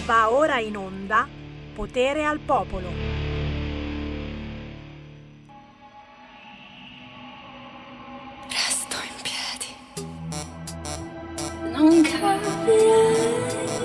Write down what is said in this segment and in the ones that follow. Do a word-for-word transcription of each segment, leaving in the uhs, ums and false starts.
Va ora in onda Potere al Popolo. Resto in piedi, non capirei,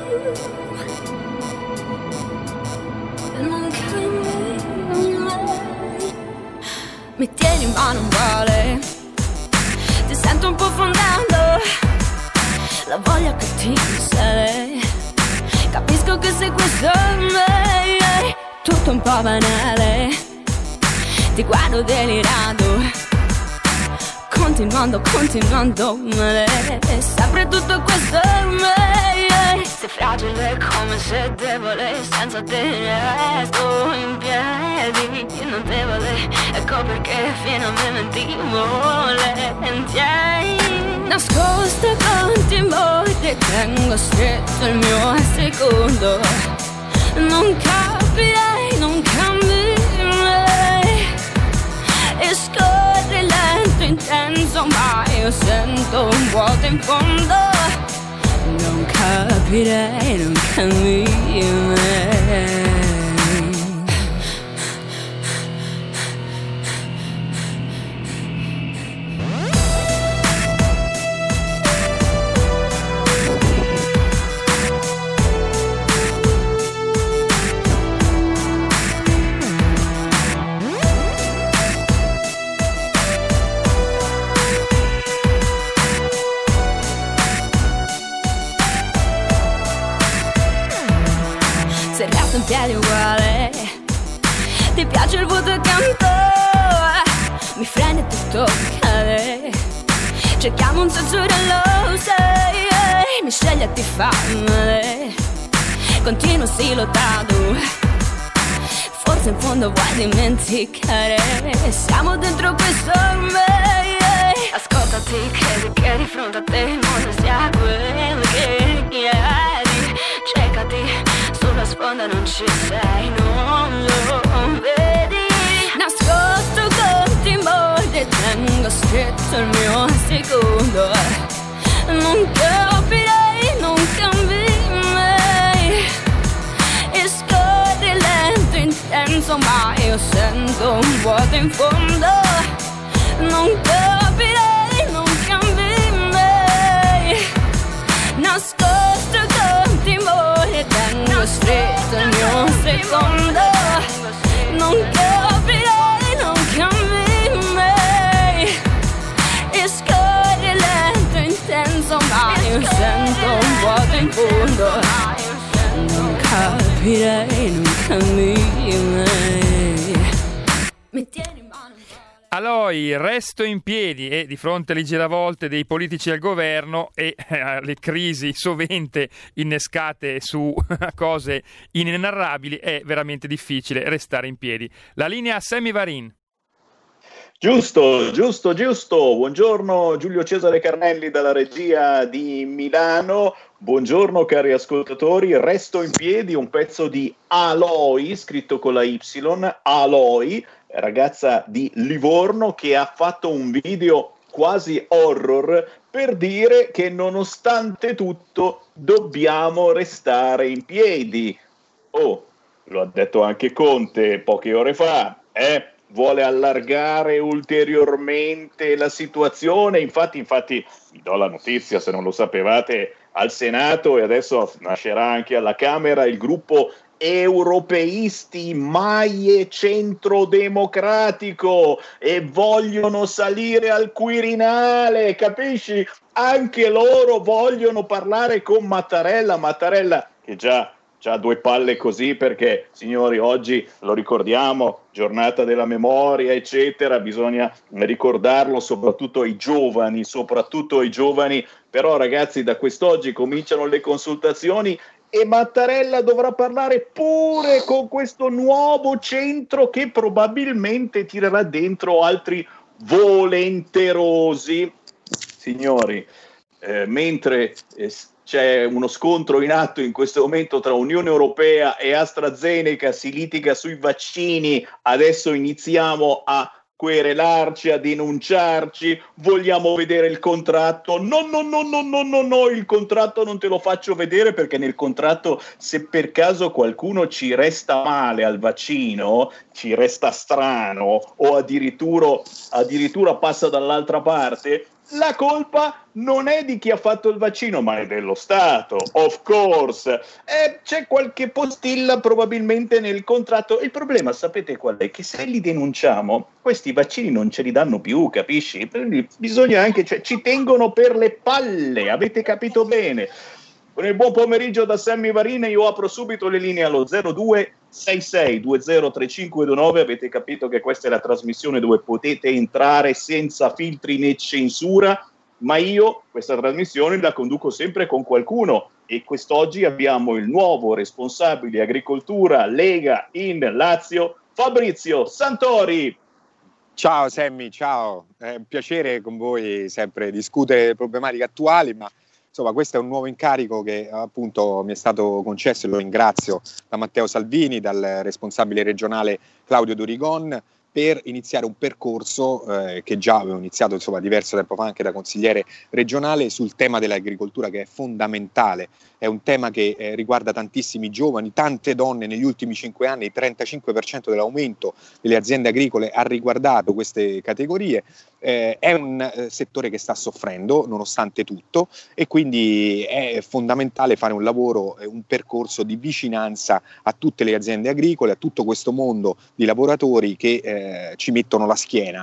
non capirei mai. Mi tieni in mano un vale, ti sento un po' fondendo, la voglia che ti sale. Capisco che sei questo me, tutto un po' banale. Ti guardo delirando, continuando, continuando male. Sempre tutto questo me, sei fragile come se debole. Senza te resto in piedi, non debole. Ecco perché fino a me mentivo volentieri. Nascosta con timore, tengo stretto il mio secondo. Non capirei, non cambierei. E scorre lento, intenso, ma io sento un vuoto in fondo. Non capirei, non cambierei. In piedi uguale, ti piace il vuoto accanto, mi freni e tutto cade. Cerchiamo un senso lo sai, mi scegli e ti fa male. Continuo silotato, forse in fondo vuoi dimenticare. Siamo dentro questo me. Ascoltati, credi che di fronte a te il mondo sia quello che chiedi. Cercati, sulla sponda non ci sei, non lo vedi. Nascosto con timore, tengo stretto il mio secondo. Non capirei, non cambi mai. E scorri lento, intenso, ma io sento un vuoto in fondo. Non capirei, non cambi mai. Nascosto con timore, tengo stretto il mio secondo. Non capirei, non cambi mai. E scorre lento, intenso, ma io sento un vuoto in fondo. Non capirei, non cambi mai. Mi tieni in mano. Aloi, resto in piedi e di fronte alle giravolte dei politici al governo e alle crisi sovente innescate su cose inenarrabili è veramente difficile restare in piedi. La linea a Sammy Varin. Giusto, giusto, giusto. Buongiorno Giulio Cesare Carnelli dalla regia di Milano. Buongiorno cari ascoltatori. Resto in piedi, un pezzo di Aloi, scritto con la Y, Aloi, ragazza di Livorno che ha fatto un video quasi horror per dire che nonostante tutto dobbiamo restare in piedi. Oh, lo ha detto anche Conte poche ore fa, eh? Vuole allargare ulteriormente la situazione. Infatti, infatti, vi do la notizia se non lo sapevate, al Senato e adesso nascerà anche alla Camera il gruppo europeisti Maie Centro Democratico e vogliono salire al Quirinale, capisci? Anche loro vogliono parlare con Mattarella, Mattarella che già C'ha due palle così perché, signori, oggi lo ricordiamo, giornata della memoria, eccetera, bisogna ricordarlo soprattutto ai giovani, soprattutto ai giovani, però ragazzi da quest'oggi cominciano le consultazioni e Mattarella dovrà parlare pure con questo nuovo centro che probabilmente tirerà dentro altri volenterosi. Signori, eh, mentre... Eh, c'è uno scontro in atto in questo momento tra Unione Europea e AstraZeneca, si litiga sui vaccini, adesso iniziamo a querelarci, a denunciarci, vogliamo vedere il contratto. No, no, no, no, no, no, no, il contratto non te lo faccio vedere, perché nel contratto, se per caso qualcuno ci resta male al vaccino, ci resta strano o addirittura, addirittura passa dall'altra parte, la colpa non è di chi ha fatto il vaccino, ma è dello Stato, of course. Eh, c'è qualche postilla probabilmente nel contratto. Il problema, sapete qual è? Che se li denunciamo, questi vaccini non ce li danno più, capisci? Bisogna anche, cioè, ci tengono per le palle, avete capito bene? Con il buon pomeriggio da Sammy Varin, io apro subito le linee allo zero due sei sei due zero tre cinque due nove. Avete capito che questa è la trasmissione dove potete entrare senza filtri né censura, ma io questa trasmissione la conduco sempre con qualcuno, e quest'oggi abbiamo il nuovo responsabile agricoltura Lega in Lazio, Fabrizio Santori. Ciao Sammy, ciao, è un piacere con voi sempre discutere le problematiche attuali, ma insomma questo è un nuovo incarico che appunto mi è stato concesso, e lo ringrazio, da Matteo Salvini, dal responsabile regionale Claudio Dorigon, per iniziare un percorso eh, che già avevo iniziato insomma diverso tempo fa anche da consigliere regionale sul tema dell'agricoltura, che è fondamentale. È un tema che eh, riguarda tantissimi giovani, tante donne. Negli ultimi cinque anni il trentacinque per cento dell'aumento delle aziende agricole ha riguardato queste categorie. Eh, è un eh, settore che sta soffrendo nonostante tutto, e quindi è fondamentale fare un lavoro, eh, un percorso di vicinanza a tutte le aziende agricole, a tutto questo mondo di lavoratori che eh, ci mettono la schiena,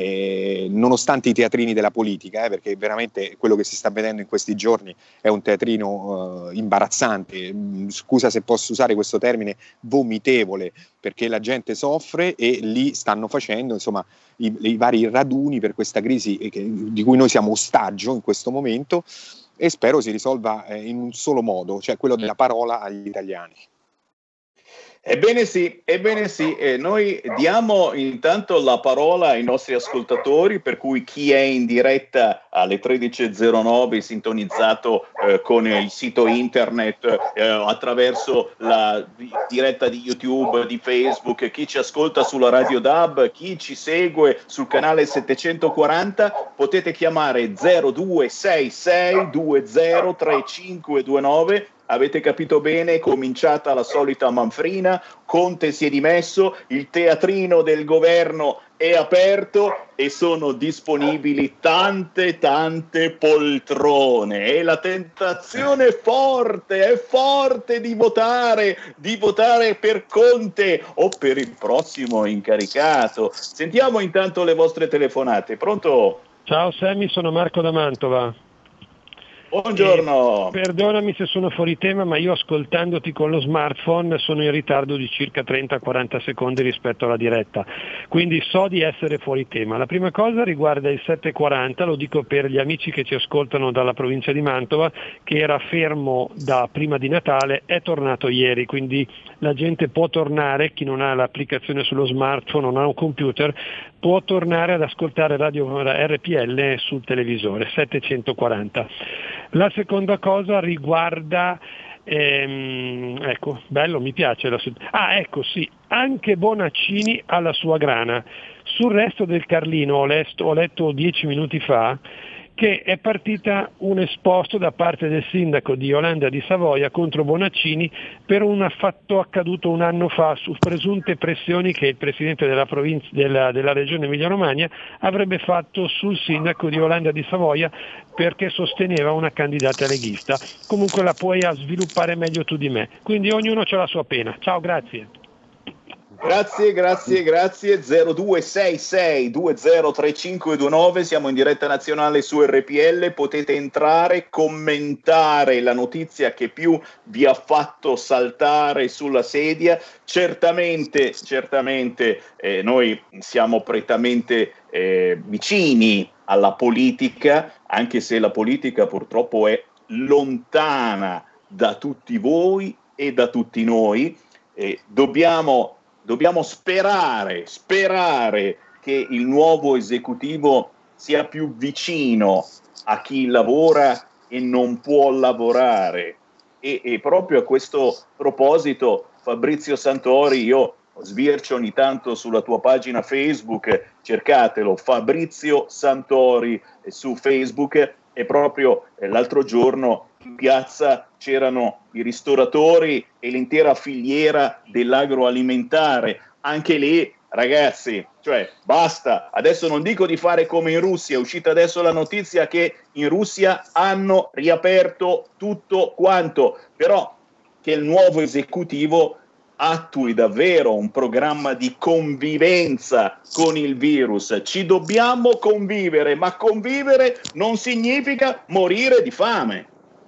eh, nonostante i teatrini della politica, eh, perché veramente quello che si sta vedendo in questi giorni è un teatrino eh, imbarazzante, scusa se posso usare questo termine, vomitevole, perché la gente soffre e lì stanno facendo insomma i, i vari raduni per questa crisi che, di cui noi siamo ostaggio in questo momento, e spero si risolva eh, in un solo modo, cioè quello della parola agli italiani. Ebbene sì, ebbene sì, eh, noi diamo intanto la parola ai nostri ascoltatori, per cui chi è in diretta alle tredici e zero nove sintonizzato eh, con il sito internet, eh, attraverso la diretta di YouTube, di Facebook, chi ci ascolta sulla Radio D A B, chi ci segue sul canale settecentoquaranta, potete chiamare zero due sei sei due zero tre cinque due nove. Avete capito bene, è cominciata la solita manfrina, Conte si è dimesso, il teatrino del governo è aperto e sono disponibili tante tante poltrone, e la tentazione è forte, è forte di votare, di votare per Conte o per il prossimo incaricato. Sentiamo intanto le vostre telefonate. Pronto? Ciao Sammy, sono Marco da Mantova. Buongiorno. Eh, perdonami se sono fuori tema, ma io ascoltandoti con lo smartphone sono in ritardo di circa trenta quaranta secondi rispetto alla diretta, quindi so di essere fuori tema. La prima cosa riguarda il sette quaranta, lo dico per gli amici che ci ascoltano dalla provincia di Mantova, che era fermo da prima di Natale, è tornato ieri, quindi la gente può tornare, chi non ha l'applicazione sullo smartphone, non ha un computer, può tornare ad ascoltare Radio R P L sul televisore, settecentoquaranta. La seconda cosa riguarda, ehm, ecco, bello, mi piace. La, ah, ecco, sì, anche Bonaccini alla sua grana. Sul resto del Carlino ho letto, ho letto dieci minuti fa che è partita un esposto da parte del sindaco di Olanda di Savoia contro Bonaccini per un fatto accaduto un anno fa su presunte pressioni che il presidente della, provincia, della, della regione Emilia-Romagna avrebbe fatto sul sindaco di Olanda di Savoia perché sosteneva una candidata leghista. Comunque la puoi sviluppare meglio tu di me, quindi ognuno ha la sua pena. Ciao, grazie. Grazie, grazie, grazie. zero due sei sei due zero tre cinque due nove, siamo in diretta nazionale su R P L, potete entrare, commentare la notizia che più vi ha fatto saltare sulla sedia. Certamente, certamente eh, noi siamo prettamente eh, vicini alla politica, anche se la politica purtroppo è lontana da tutti voi e da tutti noi. Eh, dobbiamo Dobbiamo sperare, sperare che il nuovo esecutivo sia più vicino a chi lavora e non può lavorare. E, e proprio a questo proposito, Fabrizio Santori, io sbircio ogni tanto sulla tua pagina Facebook, cercatelo, Fabrizio Santori su Facebook, e proprio eh, l'altro giorno in piazza c'erano i ristoratori e l'intera filiera dell'agroalimentare. Anche lì, ragazzi, cioè basta, adesso non dico di fare come in Russia, è uscita adesso la notizia che in Russia hanno riaperto tutto quanto, però che il nuovo esecutivo attui davvero un programma di convivenza con il virus. Ci dobbiamo convivere, ma convivere non significa morire di fame.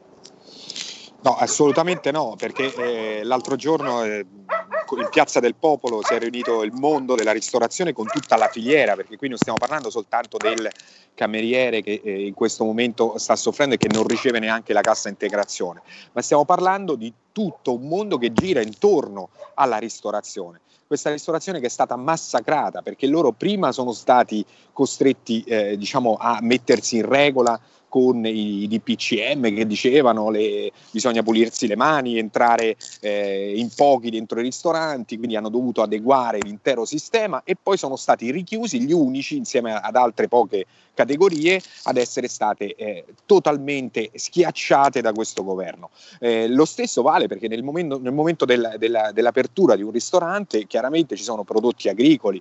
No, assolutamente no, perché eh, l'altro giorno eh, in Piazza del Popolo si è riunito il mondo della ristorazione con tutta la filiera, perché qui non stiamo parlando soltanto del cameriere che eh, in questo momento sta soffrendo e che non riceve neanche la cassa integrazione, ma stiamo parlando di tutto un mondo che gira intorno alla ristorazione. Questa ristorazione che è stata massacrata perché loro prima sono stati costretti eh, diciamo a mettersi in regola con i D P C M che dicevano le, bisogna pulirsi le mani, entrare eh, in pochi dentro i ristoranti, quindi hanno dovuto adeguare l'intero sistema e poi sono stati richiusi gli unici, insieme ad altre poche categorie, ad essere state eh, totalmente schiacciate da questo governo. Eh, lo stesso vale perché nel momento, nel momento del, della, dell'apertura di un ristorante chiaramente ci sono prodotti agricoli,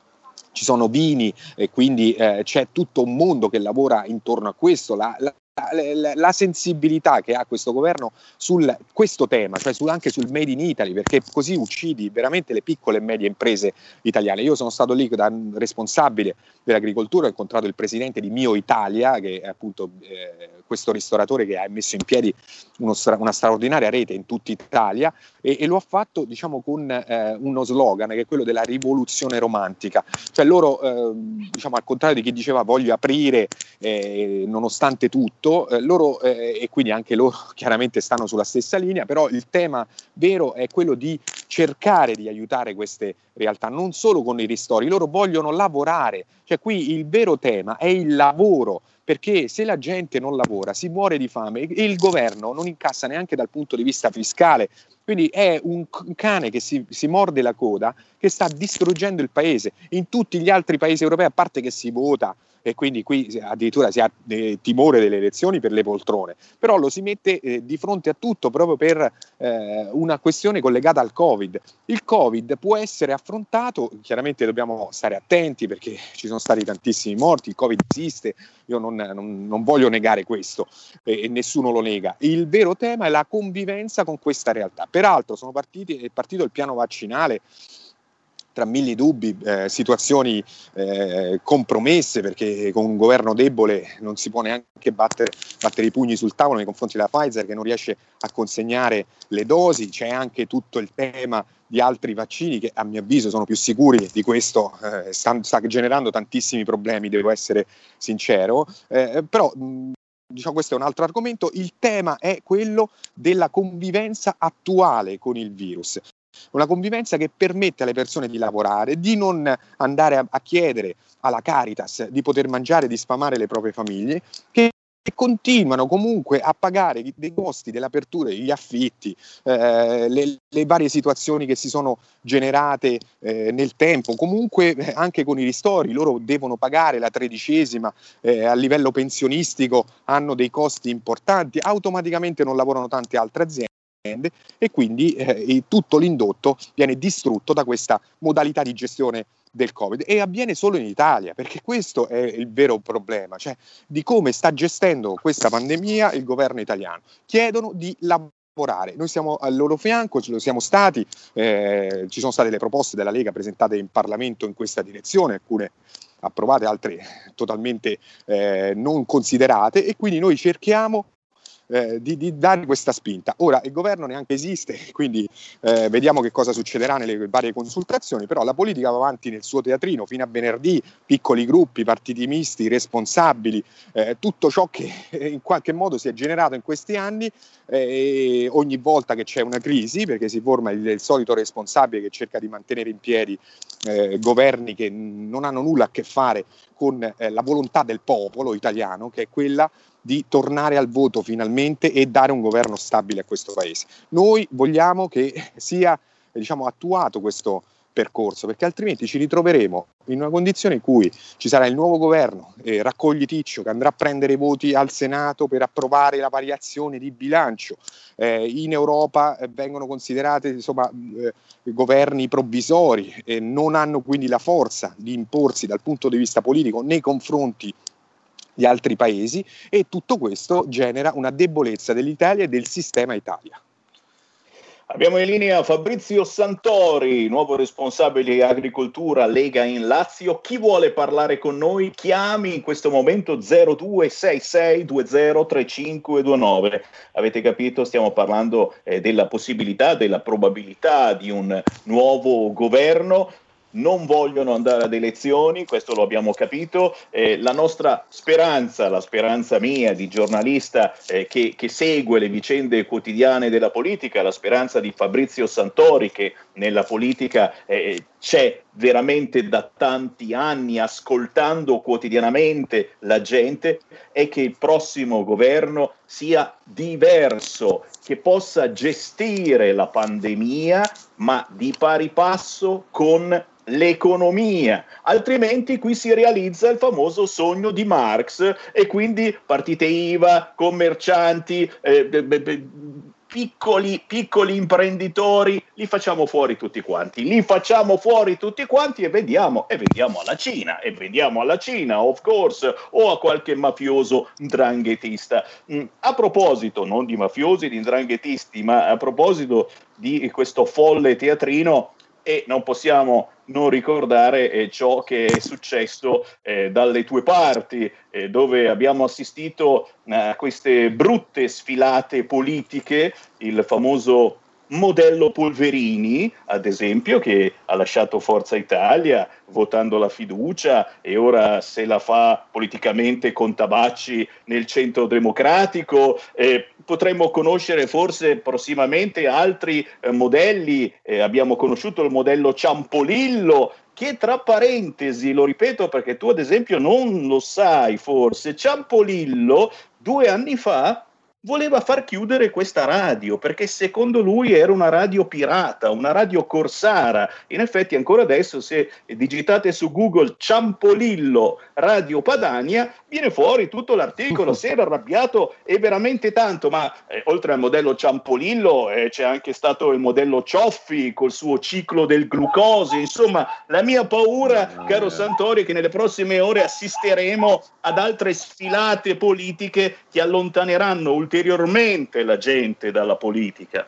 ci sono vini e quindi eh, c'è tutto un mondo che lavora intorno a questo. La, la, la, la sensibilità che ha questo governo su questo tema, cioè sul, anche sul Made in Italy, perché così uccidi veramente le piccole e medie imprese italiane. Io sono stato lì da responsabile dell'agricoltura, ho incontrato il presidente di Mio Italia, che è appunto eh, questo ristoratore che ha messo in piedi uno stra- una straordinaria rete in tutta Italia e, e lo ha fatto diciamo con eh, uno slogan che è quello della rivoluzione romantica, cioè loro eh, diciamo al contrario di chi diceva voglio aprire eh, nonostante tutto, eh, loro eh, e quindi anche loro chiaramente stanno sulla stessa linea, però il tema vero è quello di cercare di aiutare queste realtà, non solo con i ristori, loro vogliono lavorare, cioè qui il vero tema è il lavoro, perché se la gente non lavora si muore di fame e il governo non incassa neanche dal punto di vista fiscale, quindi è un cane che si, si morde la coda, che sta distruggendo il paese. In tutti gli altri paesi europei, a parte che si vota e quindi qui addirittura si ha eh, timore delle elezioni per le poltrone, però lo si mette eh, di fronte a tutto proprio per eh, una questione collegata al Covid. Il Covid può essere affrontato, chiaramente dobbiamo stare attenti perché ci sono stati tantissimi morti, il Covid esiste, io non, non, non voglio negare questo eh, e nessuno lo nega. Il vero tema è la convivenza con questa realtà. Peraltro sono partiti, è partito il piano vaccinale tra mille dubbi, eh, situazioni eh, compromesse, perché con un governo debole non si può neanche battere, battere i pugni sul tavolo nei confronti della Pfizer che non riesce a consegnare le dosi. C'è anche tutto il tema di altri vaccini che a mio avviso sono più sicuri di questo, eh, sta, sta generando tantissimi problemi, devo essere sincero, eh, però mh, diciamo questo è un altro argomento. Il tema è quello della convivenza attuale con il virus. Una convivenza che permette alle persone di lavorare, di non andare a, a chiedere alla Caritas di poter mangiare, di sfamare le proprie famiglie, che continuano comunque a pagare dei costi dell'apertura, gli affitti, eh, le, le varie situazioni che si sono generate eh, nel tempo, comunque eh, anche con i ristori, loro devono pagare la tredicesima, eh, a livello pensionistico hanno dei costi importanti, automaticamente non lavorano tante altre aziende. E quindi eh, tutto l'indotto viene distrutto da questa modalità di gestione del Covid e avviene solo in Italia, perché questo è il vero problema, cioè di come sta gestendo questa pandemia il governo italiano. Chiedono di lavorare, noi siamo al loro fianco, ce lo siamo stati, eh, ci sono state le proposte della Lega presentate in Parlamento in questa direzione, alcune approvate, altre totalmente eh, non considerate, e quindi noi cerchiamo Eh, di, di dare questa spinta. Ora il governo neanche esiste, quindi eh, vediamo che cosa succederà nelle varie consultazioni, però la politica va avanti nel suo teatrino fino a venerdì, piccoli gruppi, partiti misti, responsabili, eh, tutto ciò che in qualche modo si è generato in questi anni, eh, ogni volta che c'è una crisi, perché si forma il, il solito responsabile che cerca di mantenere in piedi eh, governi che non hanno nulla a che fare con eh, la volontà del popolo italiano, che è quella di tornare al voto finalmente e dare un governo stabile a questo paese. Noi vogliamo che sia diciamo, attuato questo, percorso, perché altrimenti ci ritroveremo in una condizione in cui ci sarà il nuovo governo, eh, Raccogliticcio, che andrà a prendere voti al Senato per approvare la variazione di bilancio. Eh, in Europa eh, vengono considerate insomma eh, governi provvisori e non hanno quindi la forza di imporsi dal punto di vista politico nei confronti di altri paesi, e tutto questo genera una debolezza dell'Italia e del sistema Italia. Abbiamo in linea Fabrizio Santori, nuovo responsabile agricoltura Lega in Lazio. Chi vuole parlare con noi chiami in questo momento zero due sei sei due zero tre cinque due nove. Avete capito, stiamo parlando eh, della possibilità, della probabilità di un nuovo governo. Non vogliono andare ad elezioni, questo lo abbiamo capito. Eh, la nostra speranza, la speranza mia di giornalista eh, che, che segue le vicende quotidiane della politica, la speranza di Fabrizio Santori, che nella politica eh, c'è veramente da tanti anni, ascoltando quotidianamente la gente, è che il prossimo governo sia diverso, che possa gestire la pandemia, ma di pari passo con l'economia, altrimenti qui si realizza il famoso sogno di Marx, e quindi partite I V A, commercianti, eh, be, be, piccoli, piccoli imprenditori, li facciamo fuori tutti quanti, li facciamo fuori tutti quanti e vediamo, e vediamo alla Cina, e vediamo alla Cina, of course, o a qualche mafioso ndranghetista. Mm, a proposito, non di mafiosi, di ndranghetisti, ma a proposito di questo folle teatrino, e non possiamo non ricordare eh, ciò che è successo eh, dalle tue parti, eh, dove abbiamo assistito a queste brutte sfilate politiche, il famoso modello Polverini, ad esempio, che ha lasciato Forza Italia votando la fiducia e ora se la fa politicamente con Tabacci nel Centro Democratico. Eh, potremmo conoscere forse prossimamente altri eh, modelli. Eh, abbiamo conosciuto il modello Ciampolillo, che tra parentesi, lo ripeto perché tu ad esempio non lo sai forse, Ciampolillo due anni fa voleva far chiudere questa radio perché secondo lui era una radio pirata, una radio corsara. In effetti ancora adesso, se digitate su Google Ciampolillo Radio Padania, viene fuori tutto l'articolo. Si era arrabbiato e veramente tanto, ma eh, oltre al modello Ciampolillo eh, c'è anche stato il modello Cioffi col suo ciclo del glucosio. Insomma, la mia paura, caro Santori, è che nelle prossime ore assisteremo ad altre sfilate politiche che allontaneranno ulteriormente la gente dalla politica.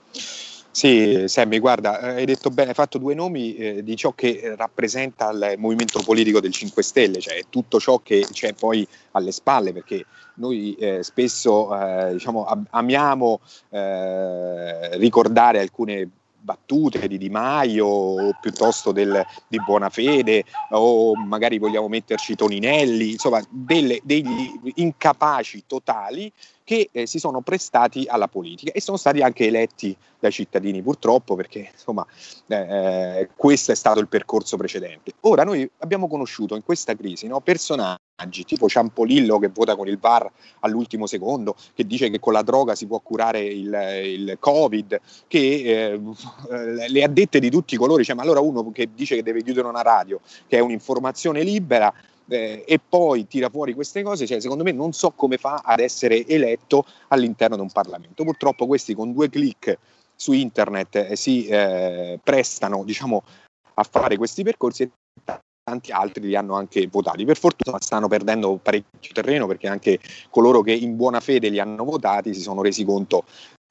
Sì, Sammy, guarda, hai detto bene, hai fatto due nomi eh, di ciò che rappresenta il movimento politico del cinque Stelle, cioè tutto ciò che c'è poi alle spalle, perché noi eh, spesso eh, diciamo, am- amiamo eh, ricordare alcune battute di Di Maio o piuttosto del, di Bonafede, o magari vogliamo metterci Toninelli, insomma delle, degli incapaci totali che eh, si sono prestati alla politica e sono stati anche eletti dai cittadini, purtroppo, perché insomma eh, questo è stato il percorso precedente. Ora noi abbiamo conosciuto in questa crisi, no, personaggi tipo Ciampolillo che vota con il V A R all'ultimo secondo, che dice che con la droga si può curare il, il Covid, che eh, le addette di tutti i colori, cioè, ma allora uno che dice che deve chiudere una radio, che è un'informazione libera, Eh, e poi tira fuori queste cose, cioè, secondo me non so come fa ad essere eletto all'interno di un Parlamento. Purtroppo questi con due click su internet eh, si eh, prestano, diciamo, a fare questi percorsi, e tanti altri li hanno anche votati. Per fortuna stanno perdendo parecchio terreno, perché anche coloro che in buona fede li hanno votati si sono resi conto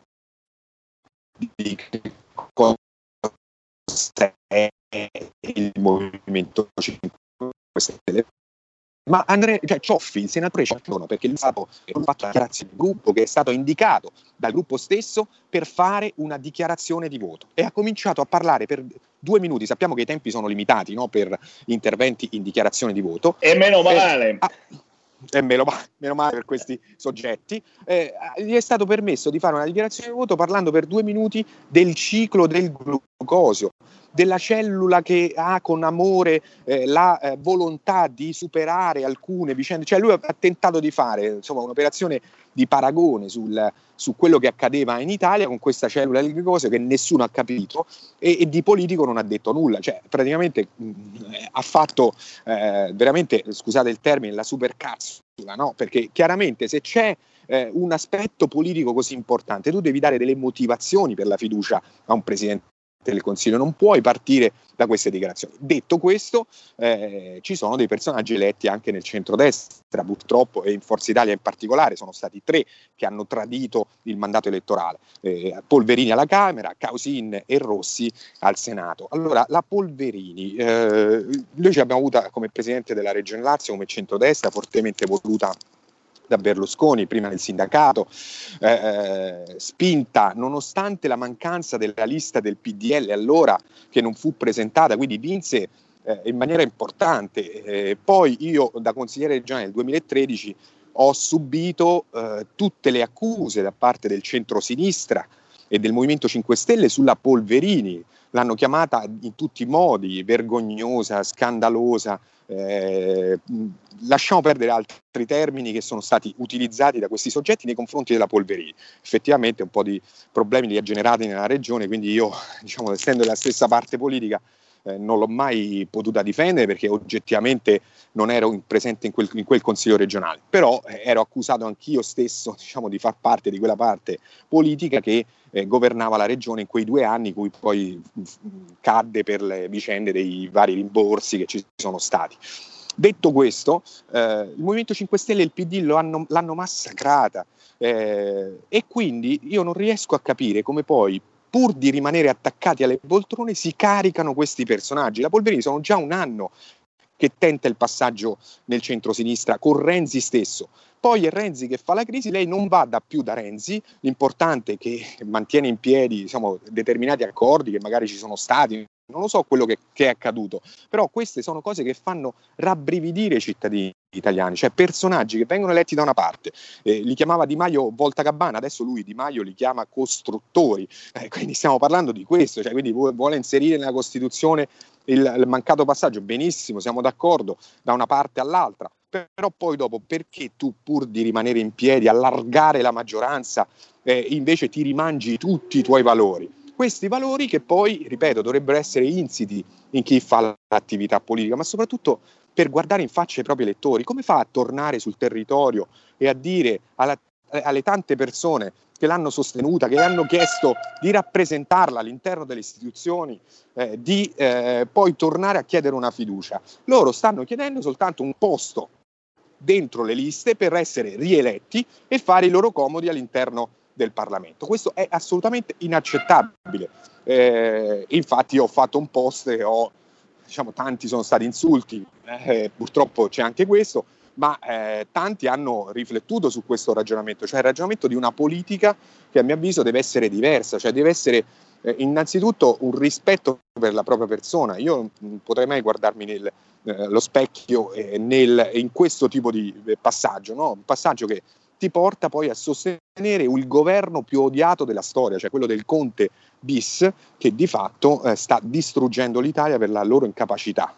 di cosa è il movimento cinque Stelle. Ma Andrea, cioè Cioffi, il senatore Cioffi, perché il stato ha fatto la dichiarazione di gruppo, che è stato indicato dal gruppo stesso per fare una dichiarazione di voto, e ha cominciato a parlare per due minuti. Sappiamo che i tempi sono limitati, no, per interventi in dichiarazione di voto. E meno male. E, ah, e meno, meno male per questi soggetti. Eh, gli è stato permesso di fare una dichiarazione di voto parlando per due minuti del ciclo del glucosio. della cellula che ha con amore eh, la eh, volontà di superare alcune vicende, cioè lui ha tentato di fare insomma un'operazione di paragone sul, su quello che accadeva in Italia con questa cellula di cose che nessuno ha capito e, e di politico non ha detto nulla, cioè praticamente mh, ha fatto eh, veramente, scusate il termine, la supercazzola, no? Perché chiaramente se c'è eh, un aspetto politico così importante tu devi dare delle motivazioni per la fiducia a un presidente del Consiglio, non puoi partire da queste dichiarazioni. Detto questo, eh, ci sono dei personaggi eletti anche nel centrodestra, purtroppo, e in Forza Italia in particolare, sono stati tre che hanno tradito il mandato elettorale, eh, Polverini alla Camera, Causin e Rossi al Senato. Allora, la Polverini, eh, noi ci abbiamo avuta come presidente della Regione Lazio, come centrodestra, fortemente voluta da Berlusconi, prima nel sindacato, eh, spinta nonostante la mancanza della lista del P D L allora che non fu presentata, quindi vinse eh, in maniera importante. Eh, poi io da consigliere regionale nel duemilatredici ho subito eh, tutte le accuse da parte del centrosinistra e del Movimento cinque Stelle sulla Polverini, l'hanno chiamata in tutti i modi, vergognosa, scandalosa. Eh, lasciamo perdere altri termini che sono stati utilizzati da questi soggetti nei confronti della Polverini. Effettivamente un po' di problemi li ha generati nella regione, quindi io, diciamo, essendo della stessa parte politica, eh, non l'ho mai potuta difendere perché oggettivamente non ero in presente in quel, in quel consiglio regionale, però eh, ero accusato anch'io stesso, diciamo, di far parte di quella parte politica che eh, governava la regione in quei due anni, cui poi f- cadde per le vicende dei vari rimborsi che ci sono stati. Detto questo, eh, il Movimento cinque Stelle e il P D lo hanno, l'hanno massacrata eh, e quindi io non riesco a capire come poi, pur di rimanere attaccati alle poltrone, si caricano questi personaggi. La Polverini sono già un anno che tenta il passaggio nel centrosinistra con Renzi stesso. Poi è Renzi che fa la crisi, lei non va da più da Renzi, l'importante è che mantiene in piedi, diciamo, determinati accordi che magari ci sono stati, non lo so quello che, che è accaduto, però queste sono cose che fanno rabbrividire i cittadini italiani, cioè personaggi che vengono eletti da una parte, eh, li chiamava Di Maio Voltagabbana, adesso lui Di Maio li chiama costruttori, eh, quindi stiamo parlando di questo, cioè quindi vuole inserire nella Costituzione il, il mancato passaggio, benissimo, siamo d'accordo da una parte all'altra, però poi dopo perché tu pur di rimanere in piedi, allargare la maggioranza, eh, invece ti rimangi tutti i tuoi valori? Questi valori che poi, ripeto, dovrebbero essere insiti in chi fa l'attività politica, ma soprattutto per guardare in faccia i propri elettori. Come fa a tornare sul territorio e a dire alla, alle tante persone che l'hanno sostenuta, che hanno chiesto di rappresentarla all'interno delle istituzioni, eh, di eh, poi tornare a chiedere una fiducia? Loro stanno chiedendo soltanto un posto dentro le liste per essere rieletti e fare i loro comodi all'interno del Parlamento. Questo è assolutamente inaccettabile. Eh, infatti io ho fatto un post e ho, diciamo, tanti sono stati insulti, eh, purtroppo c'è anche questo, ma eh, tanti hanno riflettuto su questo ragionamento, cioè il ragionamento di una politica che a mio avviso deve essere diversa, cioè deve essere eh, innanzitutto un rispetto per la propria persona. Io non potrei mai guardarmi nello eh, specchio eh, nel, in questo tipo di eh, passaggio, no? Un passaggio che ti porta poi a sostenere il governo più odiato della storia, cioè quello del Conte bis, che di fatto eh, sta distruggendo l'Italia per la loro incapacità.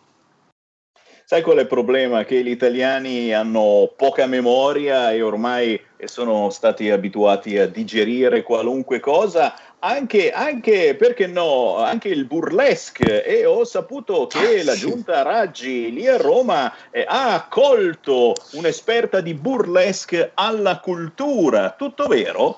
Sai qual è il problema? Che gli italiani hanno poca memoria e ormai sono stati abituati a digerire qualunque cosa, anche, anche perché no, anche il burlesque, e ho saputo che la giunta Raggi lì a Roma eh, ha accolto un'esperta di burlesque alla cultura, tutto vero?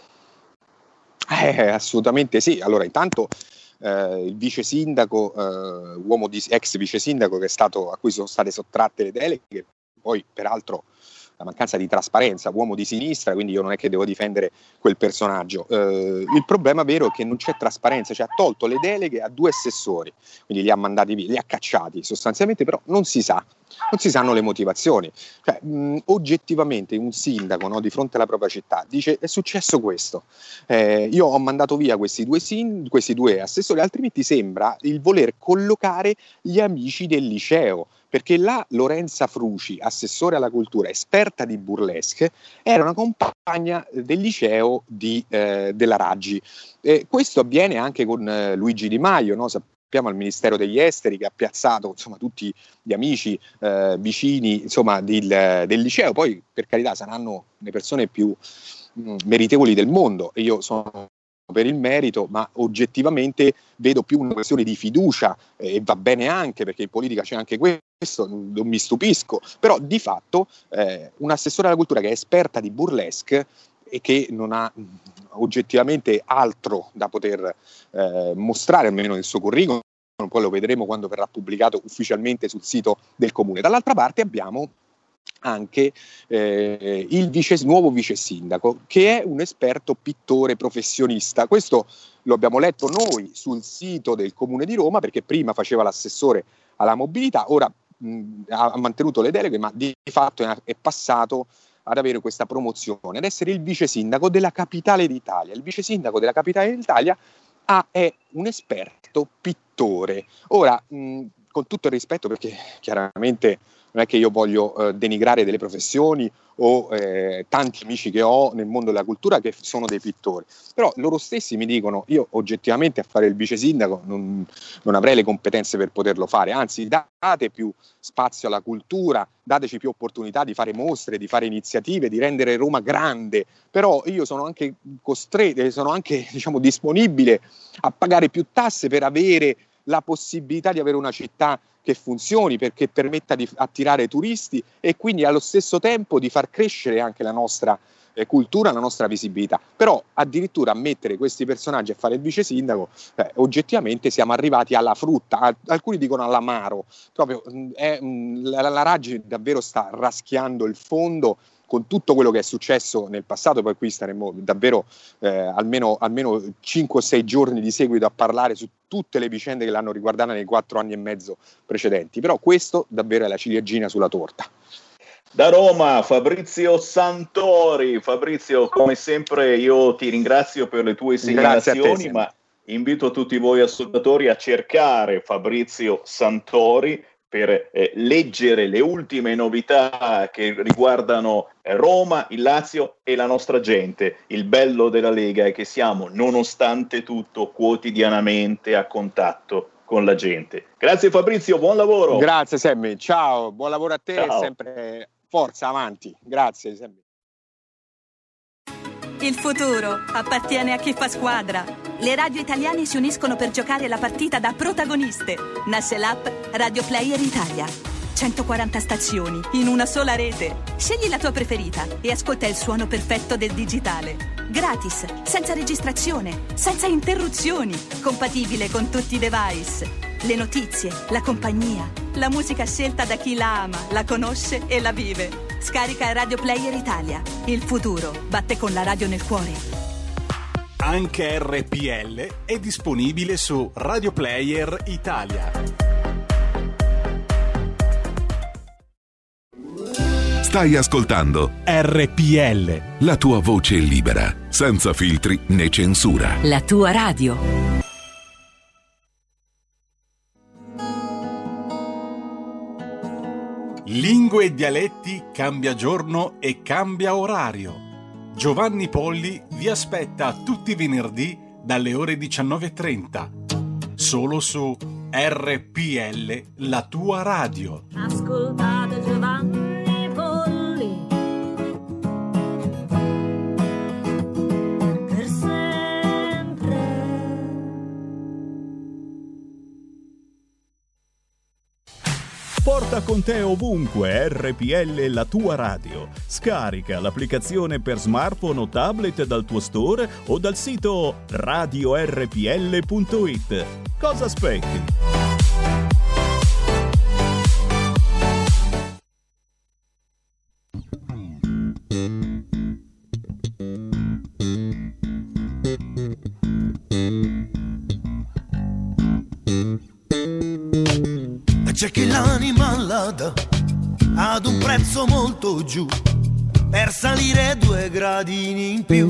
Eh, assolutamente sì. Allora, intanto eh, il vice sindaco, eh, uomo di, ex vice sindaco che è stato, a cui sono state sottratte le deleghe, poi peraltro la mancanza di trasparenza, uomo di sinistra, quindi io non è che devo difendere quel personaggio. Eh, il problema vero è che non c'è trasparenza, cioè ha tolto le deleghe a due assessori, quindi li ha mandati via, li ha cacciati sostanzialmente, però non si sa, non si sanno le motivazioni. Cioè, mh, oggettivamente un sindaco, no, di fronte alla propria città dice è successo questo, eh, io ho mandato via questi due, sin- questi due assessori, altrimenti sembra il voler collocare gli amici del liceo, perché la Lorenza Fruci, assessore alla cultura, esperta di burlesque, era una compagna del liceo di, eh, della Raggi. Eh, questo avviene anche con eh, Luigi Di Maio, no? sappiamo al Ministero degli Esteri, che ha piazzato insomma tutti gli amici eh, vicini insomma del, del liceo. Poi per carità saranno le persone più mh, meritevoli del mondo, e io sono per il merito, ma oggettivamente vedo più una questione di fiducia, eh, e va bene anche, perché in politica c'è anche questo, non mi stupisco, però di fatto eh, un assessore alla cultura che è esperta di burlesque e che non ha mh, oggettivamente altro da poter eh, mostrare, almeno nel suo curriculum, poi lo vedremo quando verrà pubblicato ufficialmente sul sito del comune. Dall'altra parte abbiamo anche eh, il vice, nuovo vice sindaco, che è un esperto pittore professionista. Questo lo abbiamo letto noi sul sito del Comune di Roma, perché prima faceva l'assessore alla mobilità, ora mh, ha mantenuto le deleghe, ma di fatto è, è passato ad avere questa promozione, ad essere il vice sindaco della capitale d'Italia. Il vice sindaco della capitale d'Italia ah, è un esperto pittore. Ora, mh, con tutto il rispetto, perché chiaramente non è che io voglio eh, denigrare delle professioni o eh, tanti amici che ho nel mondo della cultura che sono dei pittori, però loro stessi mi dicono: io oggettivamente a fare il vice sindaco non, non avrei le competenze per poterlo fare, anzi date più spazio alla cultura, dateci più opportunità di fare mostre, di fare iniziative, di rendere Roma grande, però io sono anche costretto, sono anche diciamo disponibile a pagare più tasse per avere la possibilità di avere una città che funzioni, perché permetta di attirare turisti e quindi allo stesso tempo di far crescere anche la nostra eh, cultura, la nostra visibilità. Però addirittura a mettere questi personaggi a fare il vice sindaco, eh, oggettivamente siamo arrivati alla frutta, alcuni dicono all'amaro, proprio mh, è, mh, la, la Raggi davvero sta raschiando il fondo con tutto quello che è successo nel passato. Poi qui staremo davvero eh, almeno, almeno cinque o sei giorni di seguito a parlare su tutte le vicende che l'hanno riguardata nei quattro anni e mezzo precedenti, però questo davvero è la ciliegina sulla torta. Da Roma Fabrizio Santori. Fabrizio, come sempre io ti ringrazio per le tue segnalazioni, ma invito tutti voi ascoltatori a cercare Fabrizio Santori per eh, leggere le ultime novità che riguardano eh, Roma, il Lazio e la nostra gente. Il bello della Lega è che siamo, nonostante tutto, quotidianamente a contatto con la gente. Grazie Fabrizio, buon lavoro. Grazie Sammy, ciao, buon lavoro a te, ciao. Sempre forza, avanti. Grazie Sammy. Il futuro appartiene a chi fa squadra. Le radio italiane si uniscono per giocare la partita da protagoniste. Nasce l'app Radio Player Italia. centoquaranta stazioni in una sola rete. Scegli la tua preferita e ascolta il suono perfetto del digitale. Gratis, senza registrazione, senza interruzioni, compatibile con tutti i device. Le notizie, la compagnia, la musica scelta da chi la ama, la conosce e la vive. Scarica Radio Player Italia. Il futuro batte con la radio nel cuore. Anche R P L è disponibile su Radio Player Italia. Stai ascoltando R P L, la tua voce libera, senza filtri né censura. La tua radio. Lingue e dialetti cambia giorno e cambia orario. Giovanni Polli vi aspetta tutti i venerdì dalle ore diciannove e trenta, solo su R P L, la tua radio. Ascoltate Giovanni Polli per sempre. Porta con te ovunque R P L, la tua radio. Scarica l'applicazione per smartphone o tablet dal tuo store o dal sito radio erre pi elle punto it. Cosa aspetti? C'è chi l'anima la dà ad un prezzo molto giù per salire due gradini in più,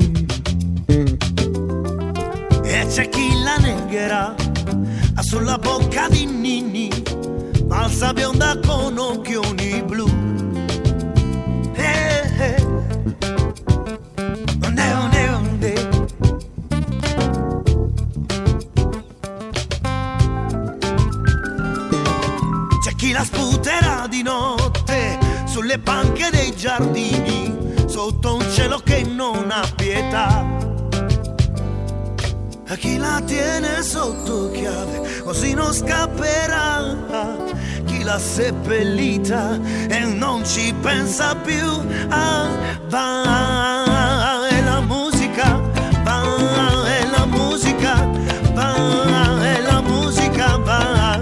e c'è chi la negherà sulla bocca di Ninni, falsa bionda con occhioni blu. Eh, eh. Onde, onde, onde. sulle banche dei giardini, sotto un cielo che non ha pietà. A chi la tiene sotto chiave, così non scapperà. Chi l'ha seppellita e non ci pensa più. Ah, va, è la musica, va, è la musica, va, è la musica, va.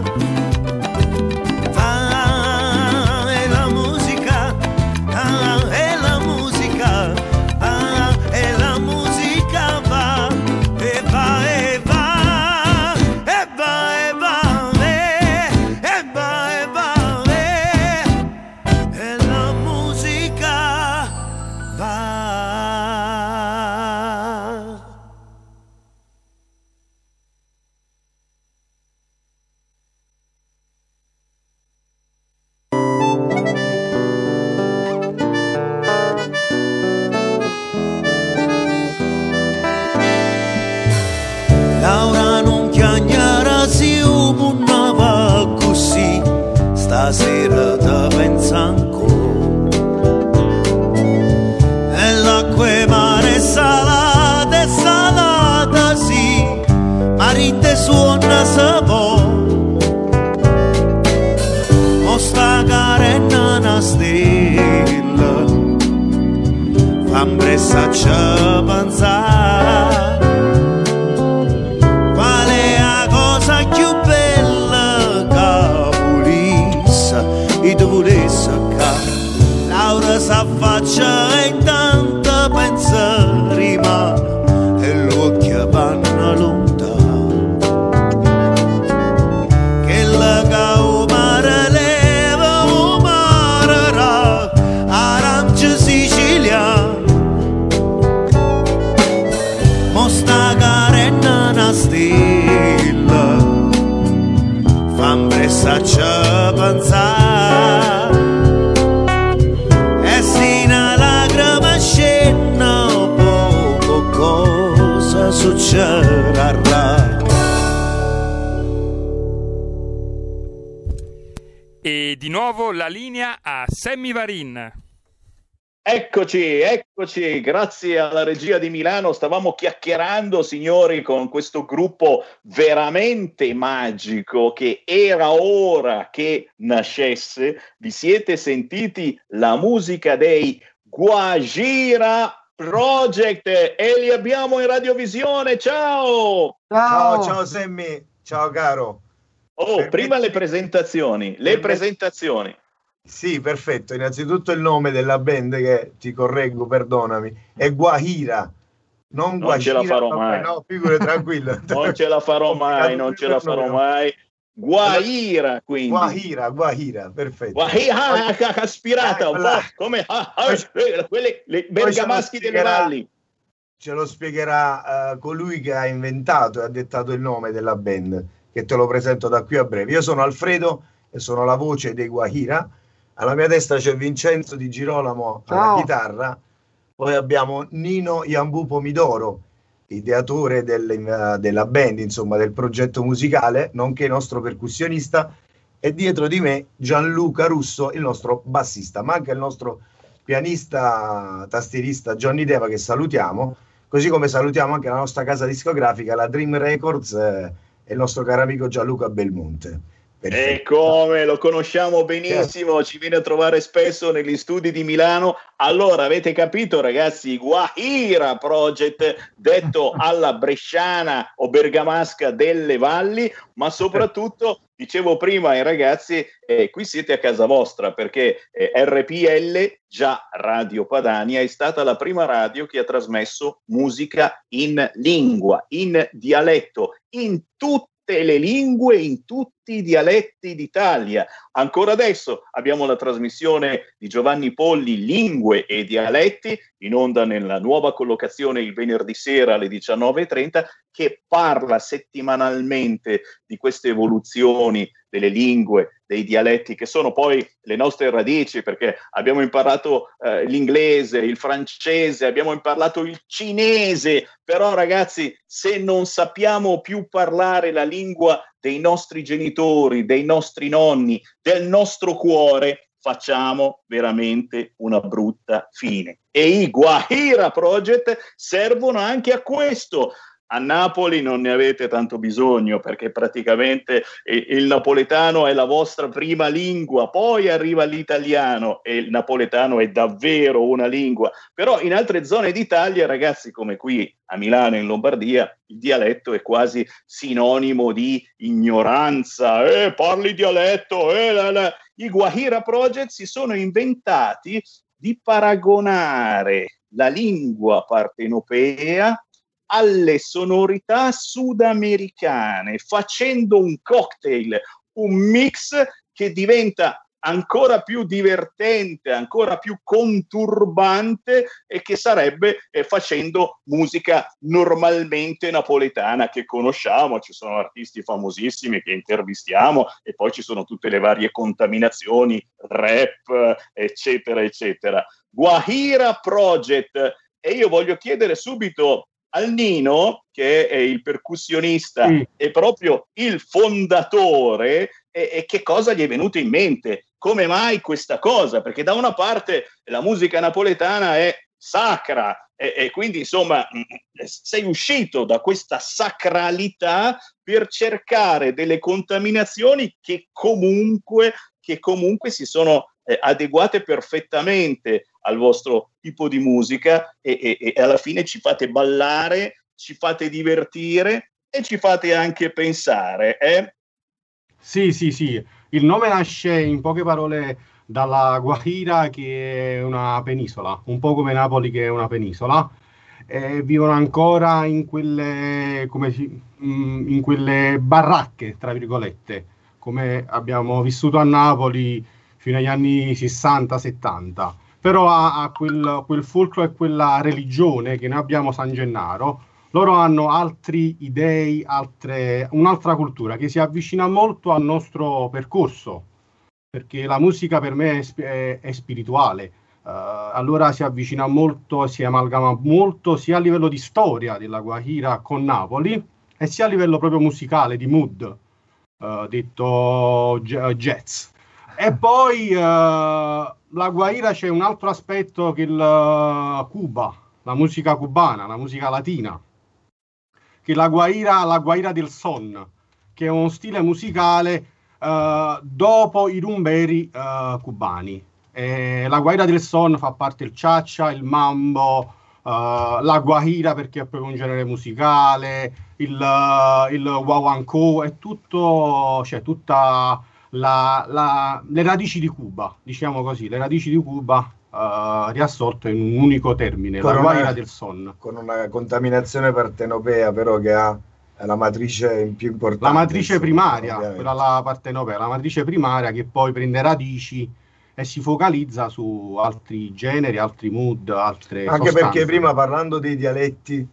Va, è la musica, ah, è la musica, ah, è la musica, va. E va, e va, e va, e va, e, e va, e va, e, e la musica va. Laura non chiagnara si umunava così, stasera te pensa ancora. E l'acqua e mare salata e salata sì, marite suona se può. O sta carenna una stella, fammi pressarci a pensare. Laura s'affaccia e intanto pensa rimane e l'occhio vanno lontano. Che la cau mare leva o marerà arancio siciliano. Mo sta carenna una stella, fammi pressarci a pensare. E di nuovo la linea a Sammy Varin. Eccoci, eccoci, grazie alla regia di Milano. Stavamo chiacchierando, signori, con questo gruppo veramente magico che era ora che nascesse. Vi siete sentiti la musica dei Guajira Project e li abbiamo in radiovisione. Ciao! Ciao, ciao Sammy, ciao caro. Oh, Permetti... prima le presentazioni, le Permetti... presentazioni. Sì, perfetto. Innanzitutto il nome della band, che ti correggo, perdonami, è Guajira. Non, non Guajira, ce la farò vabbè, mai. No, figure tranquillo. Non ce la farò mai, non ce la farò mai. Guajira, quindi. Guajira, Guajira, perfetto. Guajira, ah, aspirata, un po' come ah, ah, quelle, le bergamaschi delle valli. Ce lo spiegherà uh, colui che ha inventato e ha dettato il nome della band, che te lo presento da qui a breve. Io sono Alfredo e sono la voce dei Guajira. Alla mia destra c'è Vincenzo Di Girolamo alla Ciao. chitarra, poi abbiamo Nino Iambù Pomidoro, ideatore del, della band, insomma del progetto musicale, nonché nostro percussionista, e dietro di me Gianluca Russo, il nostro bassista, ma anche il nostro pianista, tastierista Johnny Deva, che salutiamo, così come salutiamo anche la nostra casa discografica, la Dream Records, eh, e il nostro caro amico Gianluca Belmonte. Perfetto. E come lo conosciamo benissimo, ci viene a trovare spesso negli studi di Milano. Allora, avete capito, ragazzi, Guajira Project, detto alla bresciana o bergamasca delle valli, ma soprattutto, dicevo prima ai ragazzi, eh, qui siete a casa vostra, perché eh, R P L, già Radio Padania, è stata la prima radio che ha trasmesso musica in lingua, in dialetto, in tutti le lingue, in tutti i dialetti d'Italia. Ancora adesso abbiamo la trasmissione di Giovanni Polli, Lingue e Dialetti, in onda nella nuova collocazione il venerdì sera alle diciannove e trenta, che parla settimanalmente di queste evoluzioni delle lingue, dei dialetti, che sono poi le nostre radici, perché abbiamo imparato eh, l'inglese, il francese, abbiamo imparato il cinese, però ragazzi, se non sappiamo più parlare la lingua dei nostri genitori, dei nostri nonni, del nostro cuore, facciamo veramente una brutta fine. E i Guajira Project servono anche a questo. A Napoli non ne avete tanto bisogno, perché praticamente il napoletano è la vostra prima lingua, poi arriva l'italiano e il napoletano è davvero una lingua. Però in altre zone d'Italia, ragazzi, come qui a Milano, in Lombardia, il dialetto è quasi sinonimo di ignoranza. Eh, parli dialetto, eh, la, la. I Guajira Project si sono inventati di paragonare la lingua partenopea alle sonorità sudamericane, facendo un cocktail, un mix che diventa ancora più divertente, ancora più conturbante, e che sarebbe eh, facendo musica normalmente napoletana che conosciamo. Ci sono artisti famosissimi che intervistiamo e poi ci sono tutte le varie contaminazioni, rap, eccetera, eccetera. Guajira Project. E io voglio chiedere subito al Nino, che è il percussionista mm. e proprio il fondatore, e, e che cosa gli è venuto in mente? Come mai questa cosa? Perché da una parte la musica napoletana è sacra e, e quindi insomma sei uscito da questa sacralità per cercare delle contaminazioni che comunque, che comunque si sono eh, adeguate perfettamente al vostro tipo di musica e, e, e alla fine ci fate ballare, ci fate divertire e ci fate anche pensare, eh? Sì, sì, sì. Il nome nasce in poche parole dalla Guajira, che è una penisola, un po' come Napoli che è una penisola, e vivono ancora in quelle, come si, in quelle baracche, tra virgolette, come abbiamo vissuto a Napoli fino agli anni sessanta settanta. Però ha, ha quel, quel fulcro e quella religione che noi abbiamo San Gennaro. Loro hanno altri dei, altre, un'altra cultura che si avvicina molto al nostro percorso, perché la musica per me è, è, è spirituale. Uh, allora si avvicina molto, si amalgama molto sia a livello di storia della Guajira con Napoli e sia a livello proprio musicale, di mood, uh, detto jazz. E poi uh, la Guajira c'è un altro aspetto che il uh, Cuba, la musica cubana, la musica latina, che la Guajira, la Guajira del son, che è uno stile musicale uh, dopo i rumberi uh, cubani. E la Guajira del son fa parte il cha-cha, il mambo, uh, la Guajira perché è proprio un genere musicale, il, uh, il guaguancó, è tutto, cioè tutta la, la, le radici di Cuba, diciamo così, le radici di Cuba uh, riassolte in un unico termine, con la Guajira una, del son. Con una contaminazione partenopea però che ha la matrice più importante. La matrice primaria, ovviamente. Quella la partenopea, la matrice primaria che poi prende radici e si focalizza su altri generi, altri mood, altre Anche sostanze. Perché prima, parlando dei dialetti,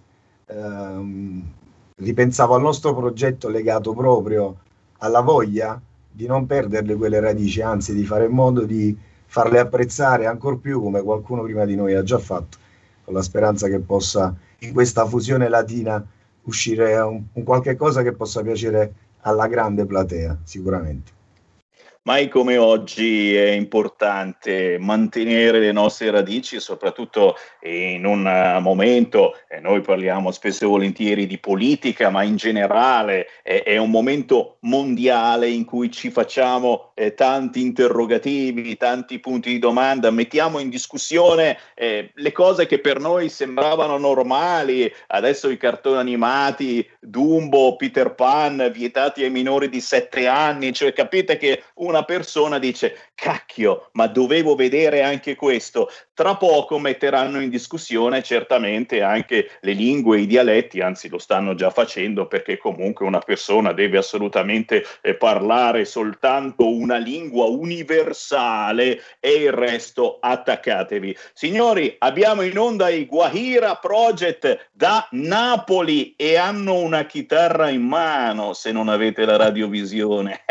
ehm, ripensavo al nostro progetto legato proprio alla voglia di non perderle quelle radici, anzi di fare in modo di farle apprezzare ancor più, come qualcuno prima di noi ha già fatto, con la speranza che possa in questa fusione latina uscire un, un qualche cosa che possa piacere alla grande platea, sicuramente. Mai come oggi è importante mantenere le nostre radici, soprattutto in un momento, eh, noi parliamo spesso e volentieri di politica, ma in generale eh, è un momento mondiale in cui ci facciamo eh, tanti interrogativi, tanti punti di domanda, mettiamo in discussione eh, le cose che per noi sembravano normali, adesso i cartoni animati, Dumbo, Peter Pan, vietati ai minori di sette anni, cioè capite che una persona dice cacchio, ma dovevo vedere anche questo. Tra poco metteranno in discussione certamente anche le lingue, i dialetti, anzi lo stanno già facendo, perché comunque una persona deve assolutamente eh, parlare soltanto una lingua universale e il resto attaccatevi. Signori, abbiamo in onda i Guajira Project da Napoli e hanno una chitarra in mano, se non avete la radiovisione.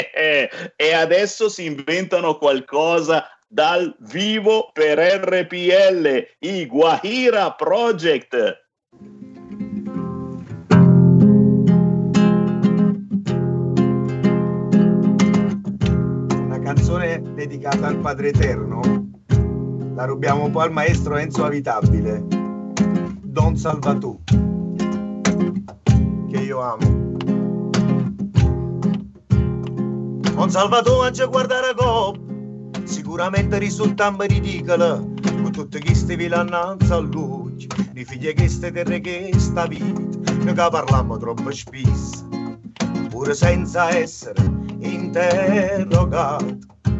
E adesso si inventano qualcosa dal vivo per R P L, i Guajira Project. Una canzone dedicata dedicata al Padre Eterno, la rubiamo un po' al maestro Enzo Avitabile, Don Salvatù, che io amo. Don Salvatù mangia guardare cop, sicuramente risultando ridicolo, con tutti questi villananze a lui, di figlie che ste terre che sta vita, noi che parliamo troppo spesso, pure senza essere interrogati.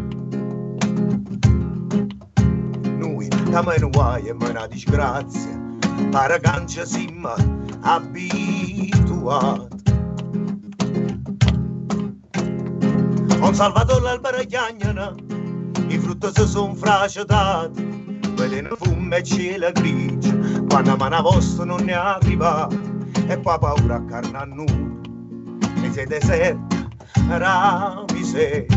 Noi, da meno guai e meno disgrazia, pare che non ci siamo abituati. Con Salvatore l'albero chiagnano, i frutti si sono fracetati, vedendo fumo e cielo grigio, quando mano vostra non ne arriva, e poi paura a carne a nudo, e sei deserta, la miseria.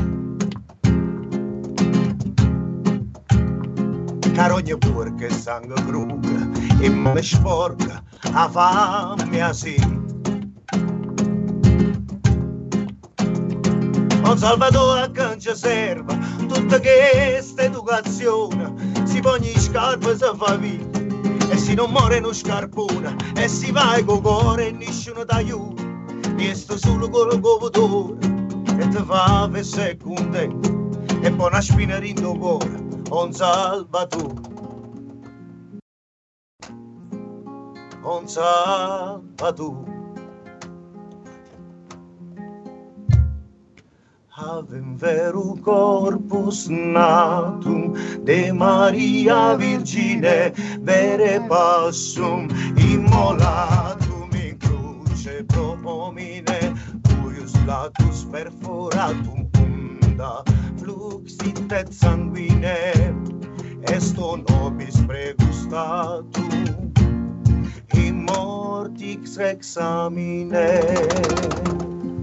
Carogne porche e sangue bruca, e male sporca, a fame e a sete. Non Salvatore che non ci serve tutta questa educazione, si pone in scarpe e si fa vita, e si non muore in scarpone, e si va con cuore e nessuno ti aiuta, resta solo con il copatore, e ti fa essere contento, e poi una spina in tuo cuore, non Salvatore, non Salvatore. Avem veru corpus natum de Maria Virgine, vere passum immolatum in cruce propomine, cuius latus perforatum unda fluxit et sanguine, esto nobis pregustatum in mortix examine.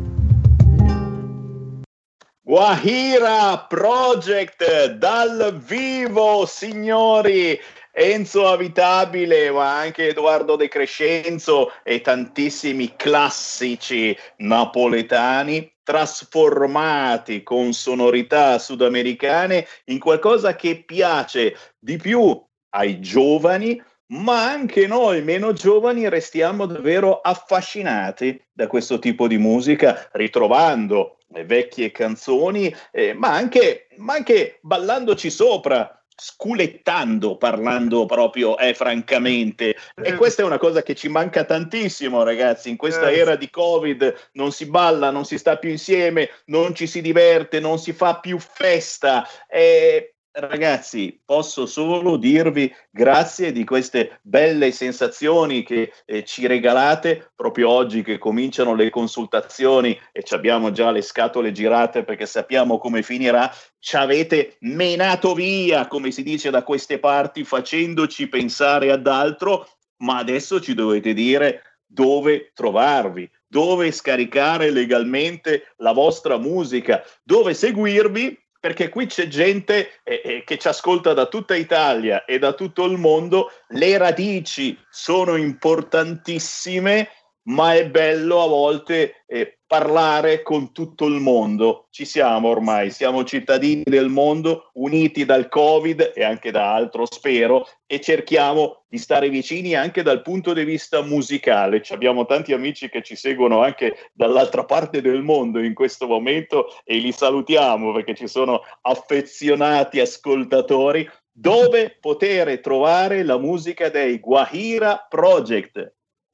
Guajira Project dal vivo, signori! Enzo Avitabile, ma anche Edoardo De Crescenzo e tantissimi classici napoletani trasformati con sonorità sudamericane in qualcosa che piace di più ai giovani, ma anche noi meno giovani restiamo davvero affascinati da questo tipo di musica, ritrovando le vecchie canzoni, eh, ma anche, ma anche ballandoci sopra, sculettando, parlando proprio eh, francamente. E questa è una cosa che ci manca tantissimo, ragazzi. In questa era di Covid non si balla, non si sta più insieme, non ci si diverte, non si fa più festa. E ragazzi, posso solo dirvi grazie di queste belle sensazioni che eh, ci regalate proprio oggi che cominciano le consultazioni e ci abbiamo già le scatole girate perché sappiamo come finirà. Ci avete menato via, come si dice da queste parti, facendoci pensare ad altro, ma adesso ci dovete dire dove trovarvi, dove scaricare legalmente la vostra musica, dove seguirvi, perché qui c'è gente eh, eh, che ci ascolta da tutta Italia e da tutto il mondo. Le radici sono importantissime, ma è bello a volte eh, parlare con tutto il mondo. Ci siamo ormai, siamo cittadini del mondo, uniti dal Covid e anche da altro, spero, e cerchiamo di stare vicini anche dal punto di vista musicale. Ci abbiamo tanti amici che ci seguono anche dall'altra parte del mondo in questo momento e li salutiamo perché ci sono affezionati ascoltatori. Dove poter trovare la musica dei Guajira Project?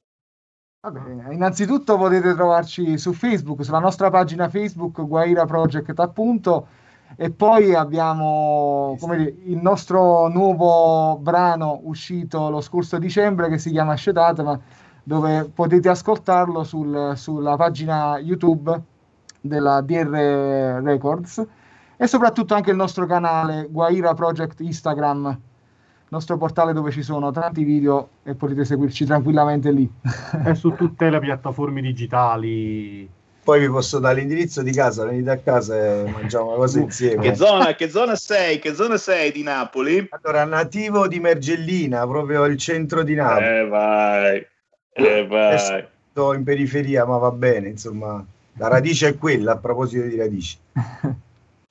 Vabbè, innanzitutto potete trovarci su Facebook, sulla nostra pagina Facebook Guajira Project appunto, e poi abbiamo come dire, il nostro nuovo brano uscito lo scorso dicembre che si chiama Scetatema, dove potete ascoltarlo sul, sulla pagina YouTube della D R Records e soprattutto anche il nostro canale Guajira Project Instagram, nostro portale dove ci sono tanti video e potete seguirci tranquillamente lì. E su tutte le piattaforme digitali. Poi vi posso dare l'indirizzo di casa, venite a casa e mangiamo una cosa insieme. Che zona, che zona sei? Che zona sei di Napoli? Allora, nativo di Mergellina, proprio il centro di Napoli. Eh vai, eh vai. Sto in periferia, ma va bene, insomma, la radice è quella, a proposito di radici.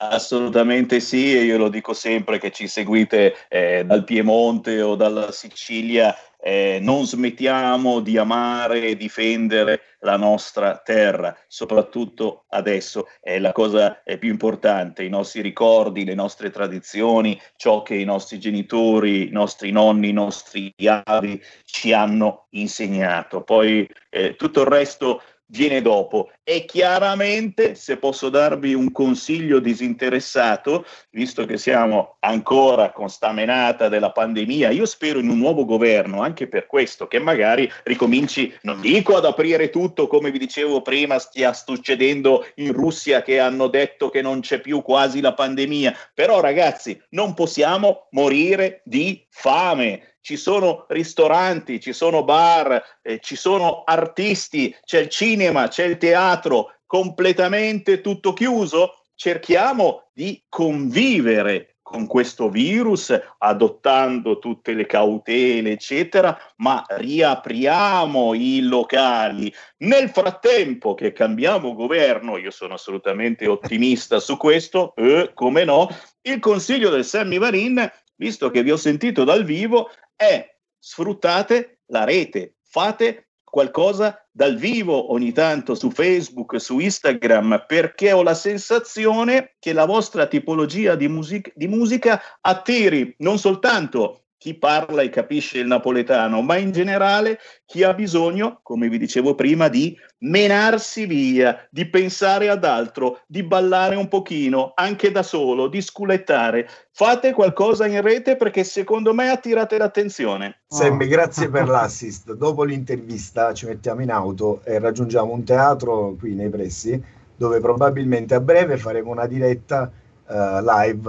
Assolutamente sì, e io lo dico sempre che ci seguite eh, dal Piemonte o dalla Sicilia, eh, non smettiamo di amare e difendere la nostra terra, soprattutto adesso è la cosa è più importante, i nostri ricordi, le nostre tradizioni, ciò che i nostri genitori, i nostri nonni, i nostri avi ci hanno insegnato. Poi eh, tutto il resto viene dopo. E chiaramente, se posso darvi un consiglio disinteressato, visto che siamo ancora con sta menata della pandemia, io spero in un nuovo governo, anche per questo, che magari ricominci, non dico ad aprire tutto, come vi dicevo prima, stia succedendo in Russia, che hanno detto che non c'è più quasi la pandemia, però ragazzi, non possiamo morire di fame. Ci sono ristoranti, ci sono bar, eh, ci sono artisti, c'è il cinema, c'è il teatro, completamente tutto chiuso. Cerchiamo di convivere con questo virus, adottando tutte le cautele, eccetera, ma riapriamo i locali. Nel frattempo che cambiamo governo, io sono assolutamente ottimista su questo, eh, come no, il consiglio del Sammy Varin, visto che vi ho sentito dal vivo, è sfruttate la rete, fate qualcosa dal vivo ogni tanto su Facebook, su Instagram, perché ho la sensazione che la vostra tipologia di, music- di musica attiri non soltanto chi parla e capisce il napoletano, ma in generale chi ha bisogno, come vi dicevo prima, di menarsi via, di pensare ad altro, di ballare un pochino, anche da solo, di sculettare. Fate qualcosa in rete perché secondo me attirate l'attenzione. Sammy, grazie per l'assist. Dopo l'intervista ci mettiamo in auto e raggiungiamo un teatro qui nei pressi, dove probabilmente a breve faremo una diretta uh, live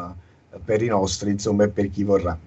uh, per i nostri, insomma, e per chi vorrà.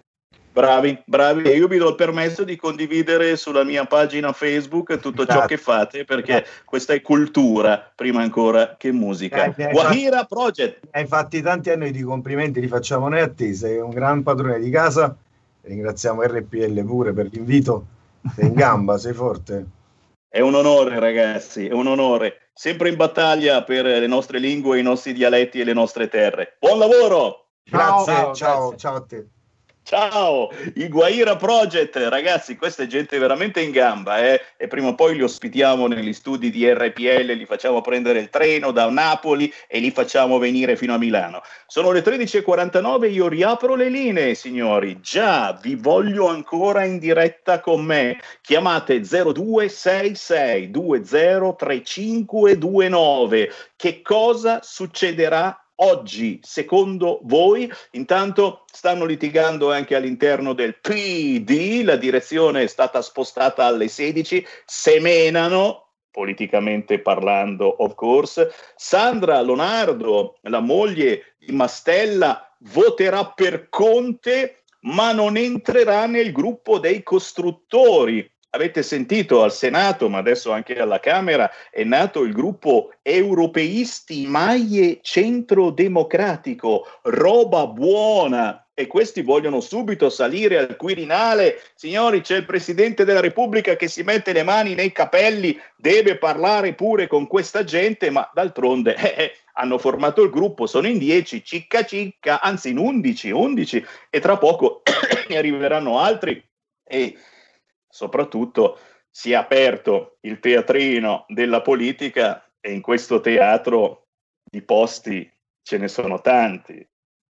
Bravi, bravi, e io vi do il permesso di condividere sulla mia pagina Facebook tutto ciò che fate, perché questa è cultura prima ancora che musica. Eh, Guahira Project. Hai fatti tanti anni di complimenti, li facciamo noi a te, sei un gran padrone di casa, ringraziamo R P L pure per l'invito, sei in gamba, sei forte. È un onore ragazzi, è un onore, sempre in battaglia per le nostre lingue, i nostri dialetti e le nostre terre. Buon lavoro! Grazie, ciao, ciao, ciao a te. Ciao, i Guahira Project, ragazzi, questa è gente veramente in gamba, eh? E prima o poi li ospitiamo negli studi di R P L, li facciamo prendere il treno da Napoli e li facciamo venire fino a Milano. Sono le tredici e quarantanove, io riapro le linee, signori. Già, vi voglio ancora in diretta con me. Chiamate zero due sei sei due zero tre cinque due nove. Che cosa succederà oggi, secondo voi? Intanto stanno litigando anche all'interno del P D, la direzione è stata spostata alle sedici, semenano, politicamente parlando, of course. Sandra Lonardo, la moglie di Mastella, voterà per Conte, ma non entrerà nel gruppo dei costruttori. Avete sentito al Senato, ma adesso anche alla Camera, è nato il gruppo Europeisti Maie Centro Democratico, roba buona, e questi vogliono subito salire al Quirinale. Signori, c'è il Presidente della Repubblica che si mette le mani nei capelli, deve parlare pure con questa gente, ma d'altronde eh, eh, hanno formato il gruppo, sono in dieci, cicca cicca, anzi in undici, undici, e tra poco ne arriveranno altri, e soprattutto si è aperto il teatrino della politica, e in questo teatro di posti ce ne sono tanti.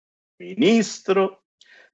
Ministro,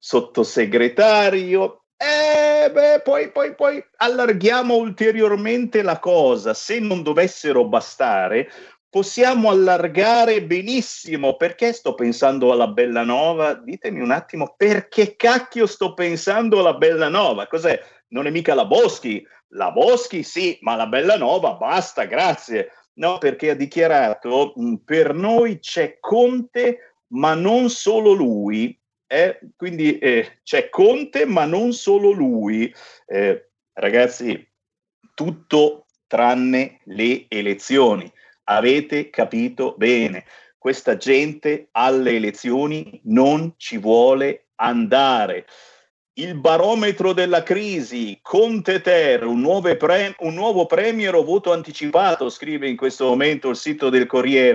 sottosegretario, e beh, poi, poi, poi allarghiamo ulteriormente la cosa. Se non dovessero bastare, possiamo allargare benissimo. Perché sto pensando alla Bellanova? Ditemi un attimo, perché cacchio sto pensando alla Bellanova? Cos'è? Non è mica la Boschi? La Boschi sì, ma la Bellanova basta, grazie. No, perché ha dichiarato, per noi c'è Conte, ma non solo lui. Eh? Quindi eh, c'è Conte, ma non solo lui. Eh, ragazzi, tutto tranne le elezioni. Avete capito bene. Questa gente alle elezioni non ci vuole andare. Il barometro della crisi, Conte Ter, un nuovo, pre- un nuovo premier o voto anticipato, scrive in questo momento il sito del Corriere.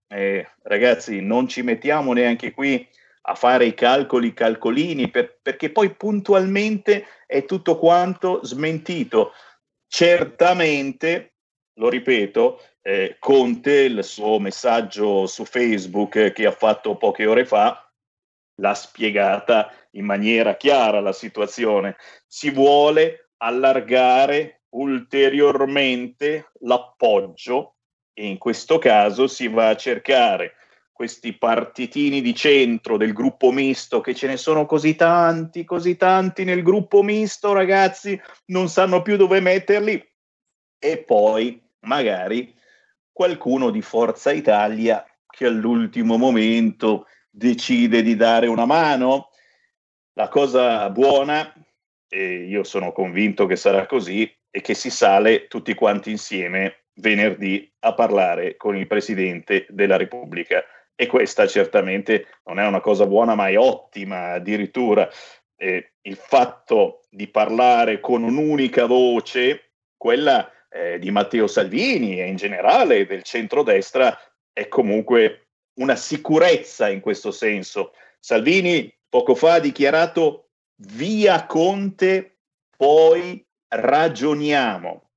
eh, ragazzi, non ci mettiamo neanche qui a fare i calcoli calcolini, per, perché poi puntualmente è tutto quanto smentito. Certamente, lo ripeto, eh, Conte, il suo messaggio su Facebook che ha fatto poche ore fa, l'ha spiegata in maniera chiara la situazione. Si vuole allargare ulteriormente l'appoggio e in questo caso si va a cercare questi partitini di centro del gruppo misto, che ce ne sono così tanti, così tanti nel gruppo misto, ragazzi, non sanno più dove metterli, e poi magari qualcuno di Forza Italia che all'ultimo momento decide di dare una mano. La cosa buona, e io sono convinto che sarà così, è che si sale tutti quanti insieme venerdì a parlare con il Presidente della Repubblica. E questa certamente non è una cosa buona, ma è ottima addirittura. Eh, il fatto di parlare con un'unica voce, quella eh, di Matteo Salvini e in generale del centrodestra, è comunque una sicurezza in questo senso. Salvini poco fa ha dichiarato: via Conte, poi ragioniamo.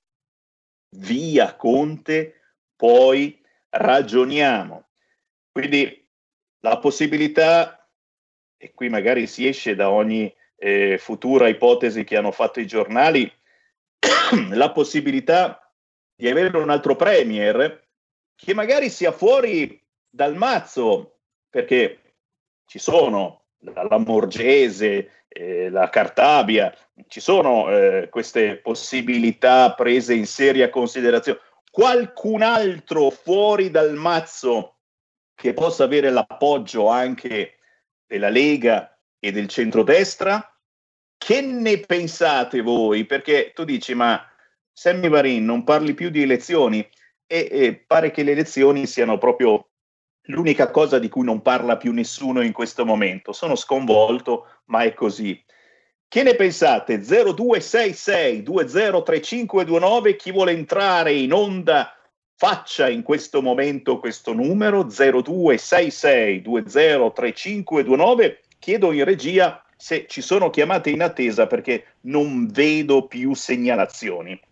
Via Conte, poi ragioniamo. Quindi la possibilità, e qui magari si esce da ogni eh, futura ipotesi che hanno fatto i giornali, la possibilità di avere un altro premier che magari sia fuori dal mazzo, perché ci sono la Lamorgese, eh, la Cartabia, ci sono eh, queste possibilità prese in seria considerazione. Qualcun altro fuori dal mazzo che possa avere l'appoggio anche della Lega e del centrodestra? Che ne pensate voi? Perché tu dici, ma Sammy Varin, non parli più di elezioni, e, e pare che le elezioni siano proprio l'unica cosa di cui non parla più nessuno in questo momento. Sono sconvolto, ma è così. Che ne pensate? zero due sei sei due zero tre cinque due nove, chi vuole entrare in onda faccia in questo momento questo numero zero due sei sei due zero tre cinque due nove. Chiedo in regia se ci sono chiamate in attesa, perché non vedo più segnalazioni.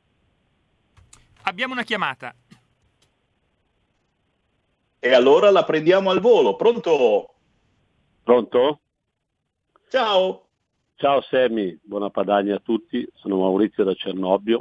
Abbiamo una chiamata. E allora la prendiamo al volo. Pronto? Pronto? Ciao. Ciao Sammy, buona Padania a tutti, sono Maurizio da Cernobbio.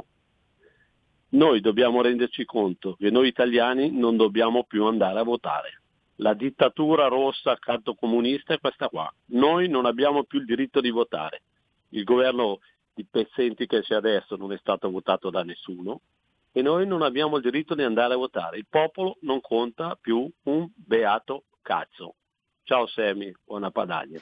Noi dobbiamo renderci conto che noi italiani non dobbiamo più andare a votare. La dittatura rossa accanto comunista è questa qua. Noi non abbiamo più il diritto di votare. Il governo di pezzenti che c'è adesso non è stato votato da nessuno e noi non abbiamo il diritto di andare a votare. Il popolo non conta più un beato cazzo. Ciao Sammy, buona Padania.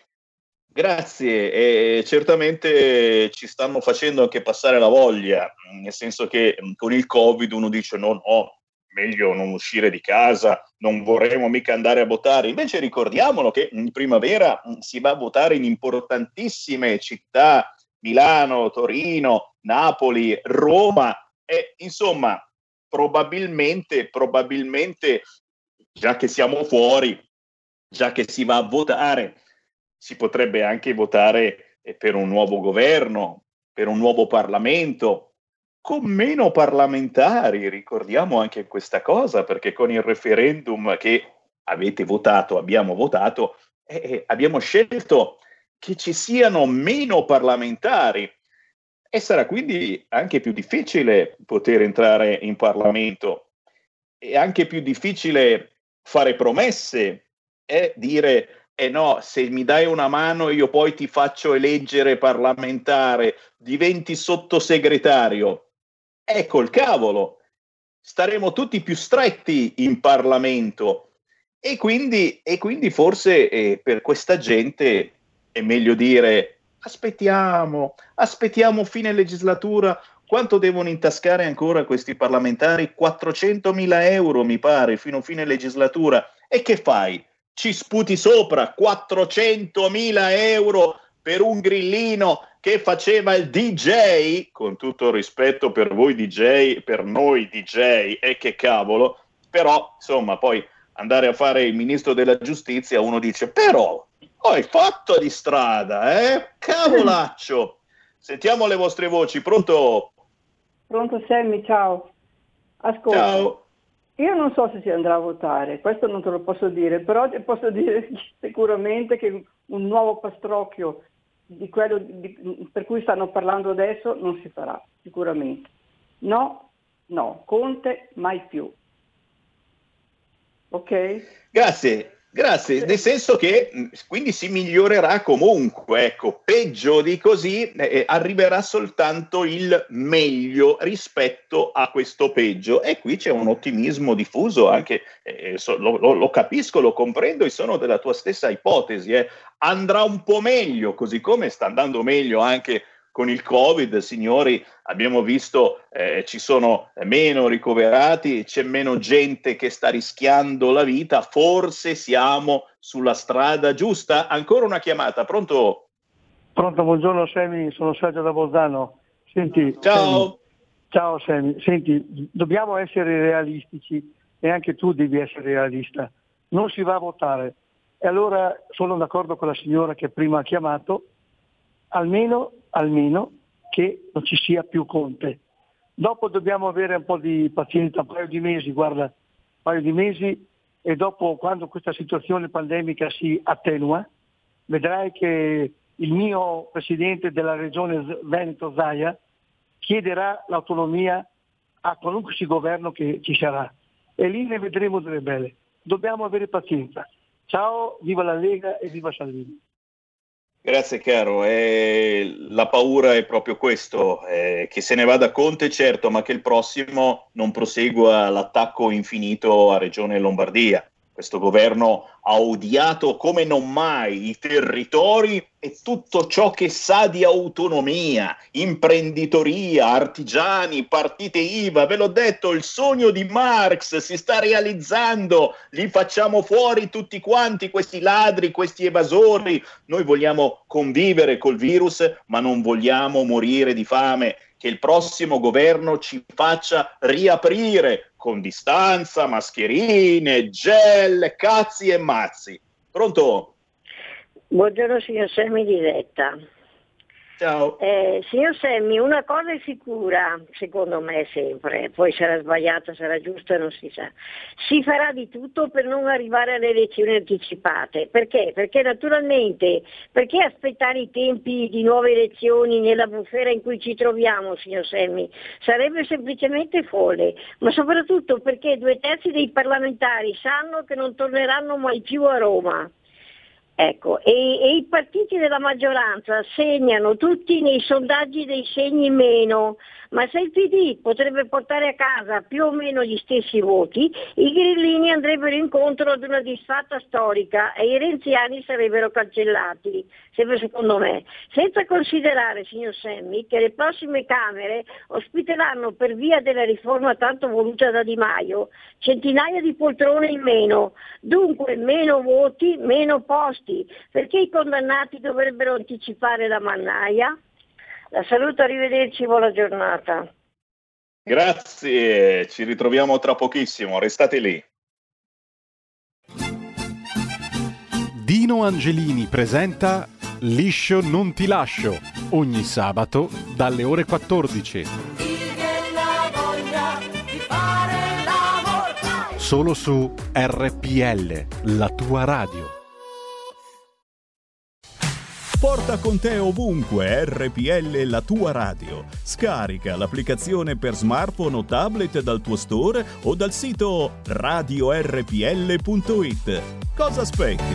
Grazie, e certamente ci stanno facendo anche passare la voglia, nel senso che con il Covid uno dice no, no, meglio non uscire di casa, non vorremmo mica andare a votare. Invece ricordiamolo che in primavera si va a votare in importantissime città, Milano, Torino, Napoli, Roma, e insomma probabilmente, probabilmente già che siamo fuori, già che si va a votare, si potrebbe anche votare per un nuovo governo, per un nuovo Parlamento, con meno parlamentari. Ricordiamo anche questa cosa, perché con il referendum che avete votato, abbiamo votato, eh, abbiamo scelto che ci siano meno parlamentari e sarà quindi anche più difficile poter entrare in Parlamento, è anche più difficile fare promesse e dire eh no, se mi dai una mano io poi ti faccio eleggere parlamentare, diventi sottosegretario. Ecco il cavolo, staremo tutti più stretti in Parlamento e quindi, e quindi forse eh, per questa gente è meglio dire aspettiamo, aspettiamo fine legislatura. Quanto devono intascare ancora questi parlamentari? quattrocentomila euro mi pare fino a fine legislatura. E che fai? Ci sputi sopra quattrocentomila euro per un grillino che faceva il D J, con tutto il rispetto per voi D J, per noi D J, e che cavolo, però insomma poi andare a fare il ministro della giustizia, uno dice però hai fatto di strada, eh? Cavolaccio. Sentiamo le vostre voci, pronto? Pronto Sammy, ciao. Ascolta, ciao. Io non so se si andrà a votare, questo non te lo posso dire, però ti posso dire sicuramente che un nuovo pastrocchio di quello di, per cui stanno parlando adesso non si farà, sicuramente. No, no, Conte mai più. Ok? Grazie. Grazie, nel senso che quindi si migliorerà comunque, ecco, peggio di così eh, arriverà soltanto il meglio rispetto a questo peggio, e qui c'è un ottimismo diffuso anche, eh, so, lo, lo, lo capisco, lo comprendo e sono della tua stessa ipotesi, eh. Andrà un po' meglio, così come sta andando meglio anche con il Covid, signori, abbiamo visto eh, ci sono meno ricoverati, c'è meno gente che sta rischiando la vita, forse siamo sulla strada giusta. Ancora una chiamata, pronto? Pronto, buongiorno Semi, sono Sergio da Bolzano. Senti, ciao. Semi, ciao Semi, senti, dobbiamo essere realistici e anche tu devi essere realista. Non si va a votare e allora sono d'accordo con la signora che prima ha chiamato, almeno almeno che non ci sia più Conte. Dopo dobbiamo avere un po' di pazienza, un paio di mesi, guarda, un paio di mesi, e dopo, quando questa situazione pandemica si attenua, vedrai che il mio presidente della regione Veneto, Zaia, chiederà l'autonomia a qualunque governo che ci sarà, e lì ne vedremo delle belle. Dobbiamo avere pazienza. Ciao, viva la Lega e viva Salvini. Grazie caro, eh, la paura è proprio questo, eh, che se ne vada Conte certo, ma che il prossimo non prosegua l'attacco infinito a Regione Lombardia. Questo governo ha odiato come non mai i territori e tutto ciò che sa di autonomia, imprenditoria, artigiani, partite I V A. Ve l'ho detto, il sogno di Marx si sta realizzando, li facciamo fuori tutti quanti, questi ladri, questi evasori. Noi vogliamo convivere col virus, ma non vogliamo morire di fame. Che il prossimo governo ci faccia riaprire con distanza, mascherine, gel, cazzi e mazzi. Pronto? Buongiorno signor Semmi Diretta. Ciao. Eh, signor Semmi, una cosa è sicura, secondo me sempre, poi sarà sbagliata, sarà giusta, non si sa. Si farà di tutto per non arrivare alle elezioni anticipate. Perché? Perché naturalmente, perché aspettare i tempi di nuove elezioni nella bufera in cui ci troviamo, signor Semmi? Sarebbe semplicemente folle, ma soprattutto perché due terzi dei parlamentari sanno che non torneranno mai più a Roma. Ecco, e, e i partiti della maggioranza segnano tutti nei sondaggi dei segni meno, ma se il P D potrebbe portare a casa più o meno gli stessi voti, i grillini andrebbero incontro ad una disfatta storica e i renziani sarebbero cancellati, sempre secondo me. Senza considerare, signor Semmi, che le prossime Camere ospiteranno per via della riforma tanto voluta da Di Maio centinaia di poltrone in meno, dunque meno voti, meno posti, perché i condannati dovrebbero anticipare la mannaia? La saluto, arrivederci, buona giornata. Grazie, ci ritroviamo tra pochissimo, restate lì. Dino Angelini presenta Liscio non ti lascio, ogni sabato dalle ore quattordici. Solo su R P L, la tua radio. Porta con te ovunque R P L, la tua radio. Scarica l'applicazione per smartphone o tablet dal tuo store o dal sito radio R P L punto it. Cosa aspetti?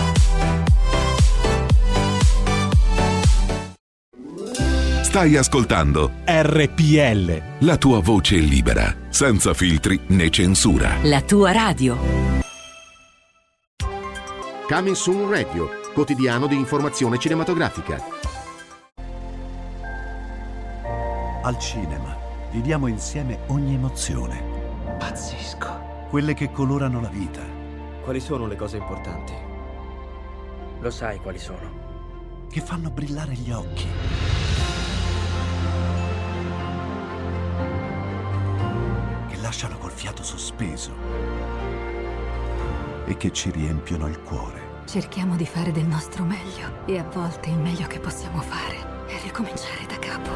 Stai ascoltando R P L, la tua voce libera, senza filtri né censura. La tua radio. Coming Soon Radio, quotidiano di informazione cinematografica. Al cinema viviamo insieme ogni emozione. Pazzesco. Quelle che colorano la vita. Quali sono le cose importanti? Lo sai quali sono? Che fanno brillare gli occhi. lasciano col fiato sospeso e che ci riempiono il cuore. Cerchiamo di fare del nostro meglio e a volte il meglio che possiamo fare è ricominciare da capo.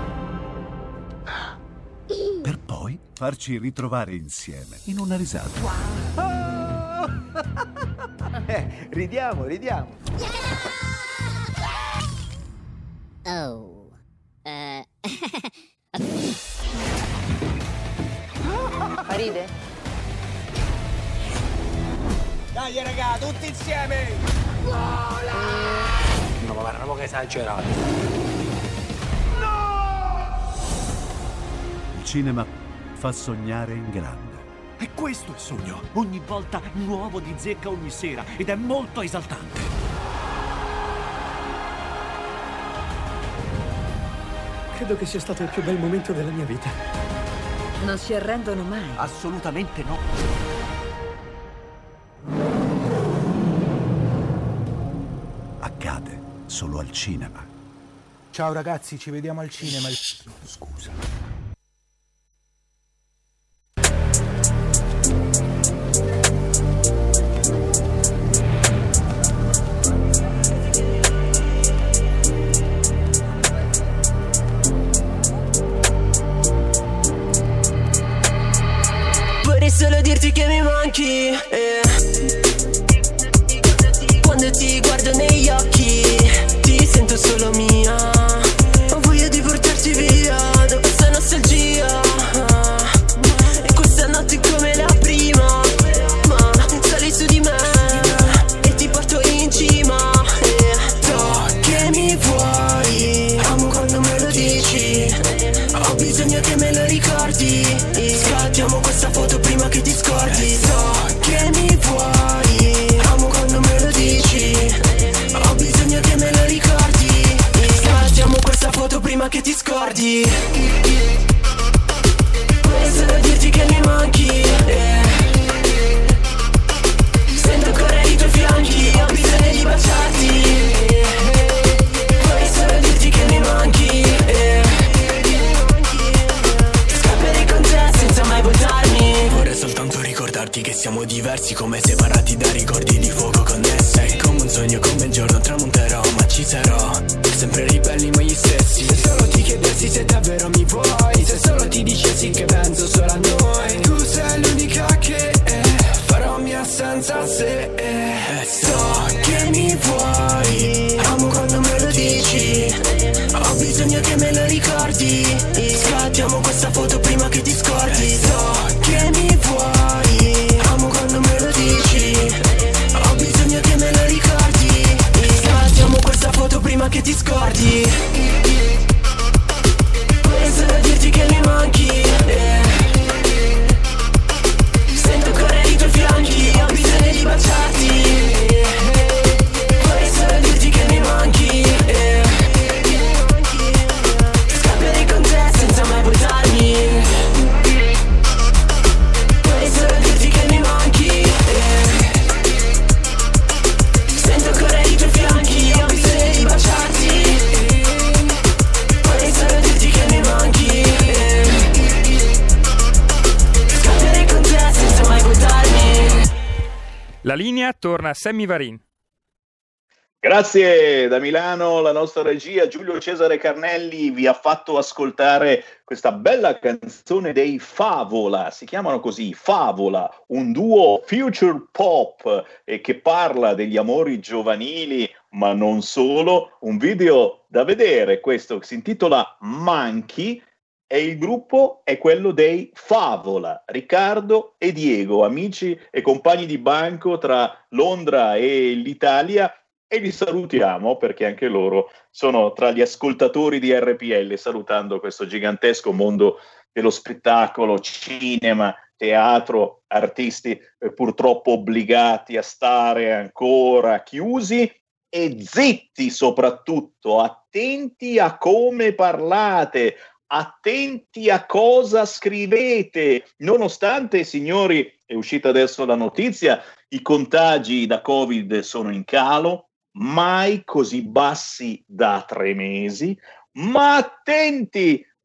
Per poi farci ritrovare insieme in una risata. Eh, ridiamo, ridiamo. Oh. Eh. Ride? Dai raga, tutti insieme! Vola! No, ma guarda, che esagerato. Il cinema fa sognare in grande. E questo è il sogno. Ogni volta nuovo di zecca ogni sera ed è molto esaltante. Credo che sia stato il più bel momento della mia vita. Non si arrendono mai. Assolutamente no. Accade solo al cinema. Ciao ragazzi, ci vediamo al cinema. Scusa. Vorrei solo dirti che mi manchi, eh. Quando ti guardo negli occhi ti sento solo mia. Ho voglia di portarti via da questa nostalgia. E questa notte è come la prima, ma sali su di me e ti porto in cima. E so che mi vuoi, amo quando me lo dici. Ho bisogno che me lo ricordi. Scattiamo questa foto prima che ti scordi. So che mi vuoi, amo quando me lo dici. Ho bisogno che me lo ricordi. Scattiamo questa foto prima che ti scordi. Vorrei solo dirti che mi manchi, eh. Sento ancora i tuoi fianchi, ho bisogno di baciarti. Vorrei solo dirti che mi manchi, eh. Scapperei con te senza mai voltarmi. Vorrei soltanto ricordarti che siamo diversi, come separati da ricordi di fuoco connessi. È come un sogno, come il giorno tramonterò, ma ci sarò, sempre ribelli ma gli stessi. Se solo ti chiedessi se davvero mi vuoi, se solo ti dicessi che penso solo a noi. Tu sei l'unica che eh, farò mia senza se eh. So che mi vuoi, amo quando me lo dici. Ho bisogno che me lo ricordi. Scattiamo questa foto prima che ti scordi. So che mi vuoi, amo quando me lo dici. Ho bisogno che me lo ricordi. Scattiamo questa foto prima che ti scordi. Vorrei solo dirti che mi manchi, eh. Sento ancora i tuoi fianchi, ho bisogno di baciarti. Vorrei solo dirti che mi manchi, eh. Scapperei con te senza mai voltarmi. Vorrei solo dirti che mi manchi, eh. Sento ancora i tuoi fianchi, ho bisogno di baciarti. Vorrei solo dirti che mi manchi, eh. Scapperei con te senza mai voltarmi. La linea torna a Sammy Varin. Grazie da Milano, la nostra regia Giulio Cesare Carnelli vi ha fatto ascoltare questa bella canzone dei Favola, si chiamano così, Favola, un duo future pop e che parla degli amori giovanili, ma non solo, un video da vedere, questo che si intitola Manchi, e il gruppo è quello dei Favola, Riccardo e Diego, amici e compagni di banco tra Londra e l'Italia, e li salutiamo perché anche loro sono tra gli ascoltatori di R P L, salutando questo gigantesco mondo dello spettacolo, cinema, teatro, artisti eh, purtroppo obbligati a stare ancora chiusi e zitti soprattutto, attenti a come parlate, attenti a cosa scrivete, nonostante, signori, è uscita adesso la notizia, i contagi da Covid sono in calo, mai così bassi da tre mesi, ma attenti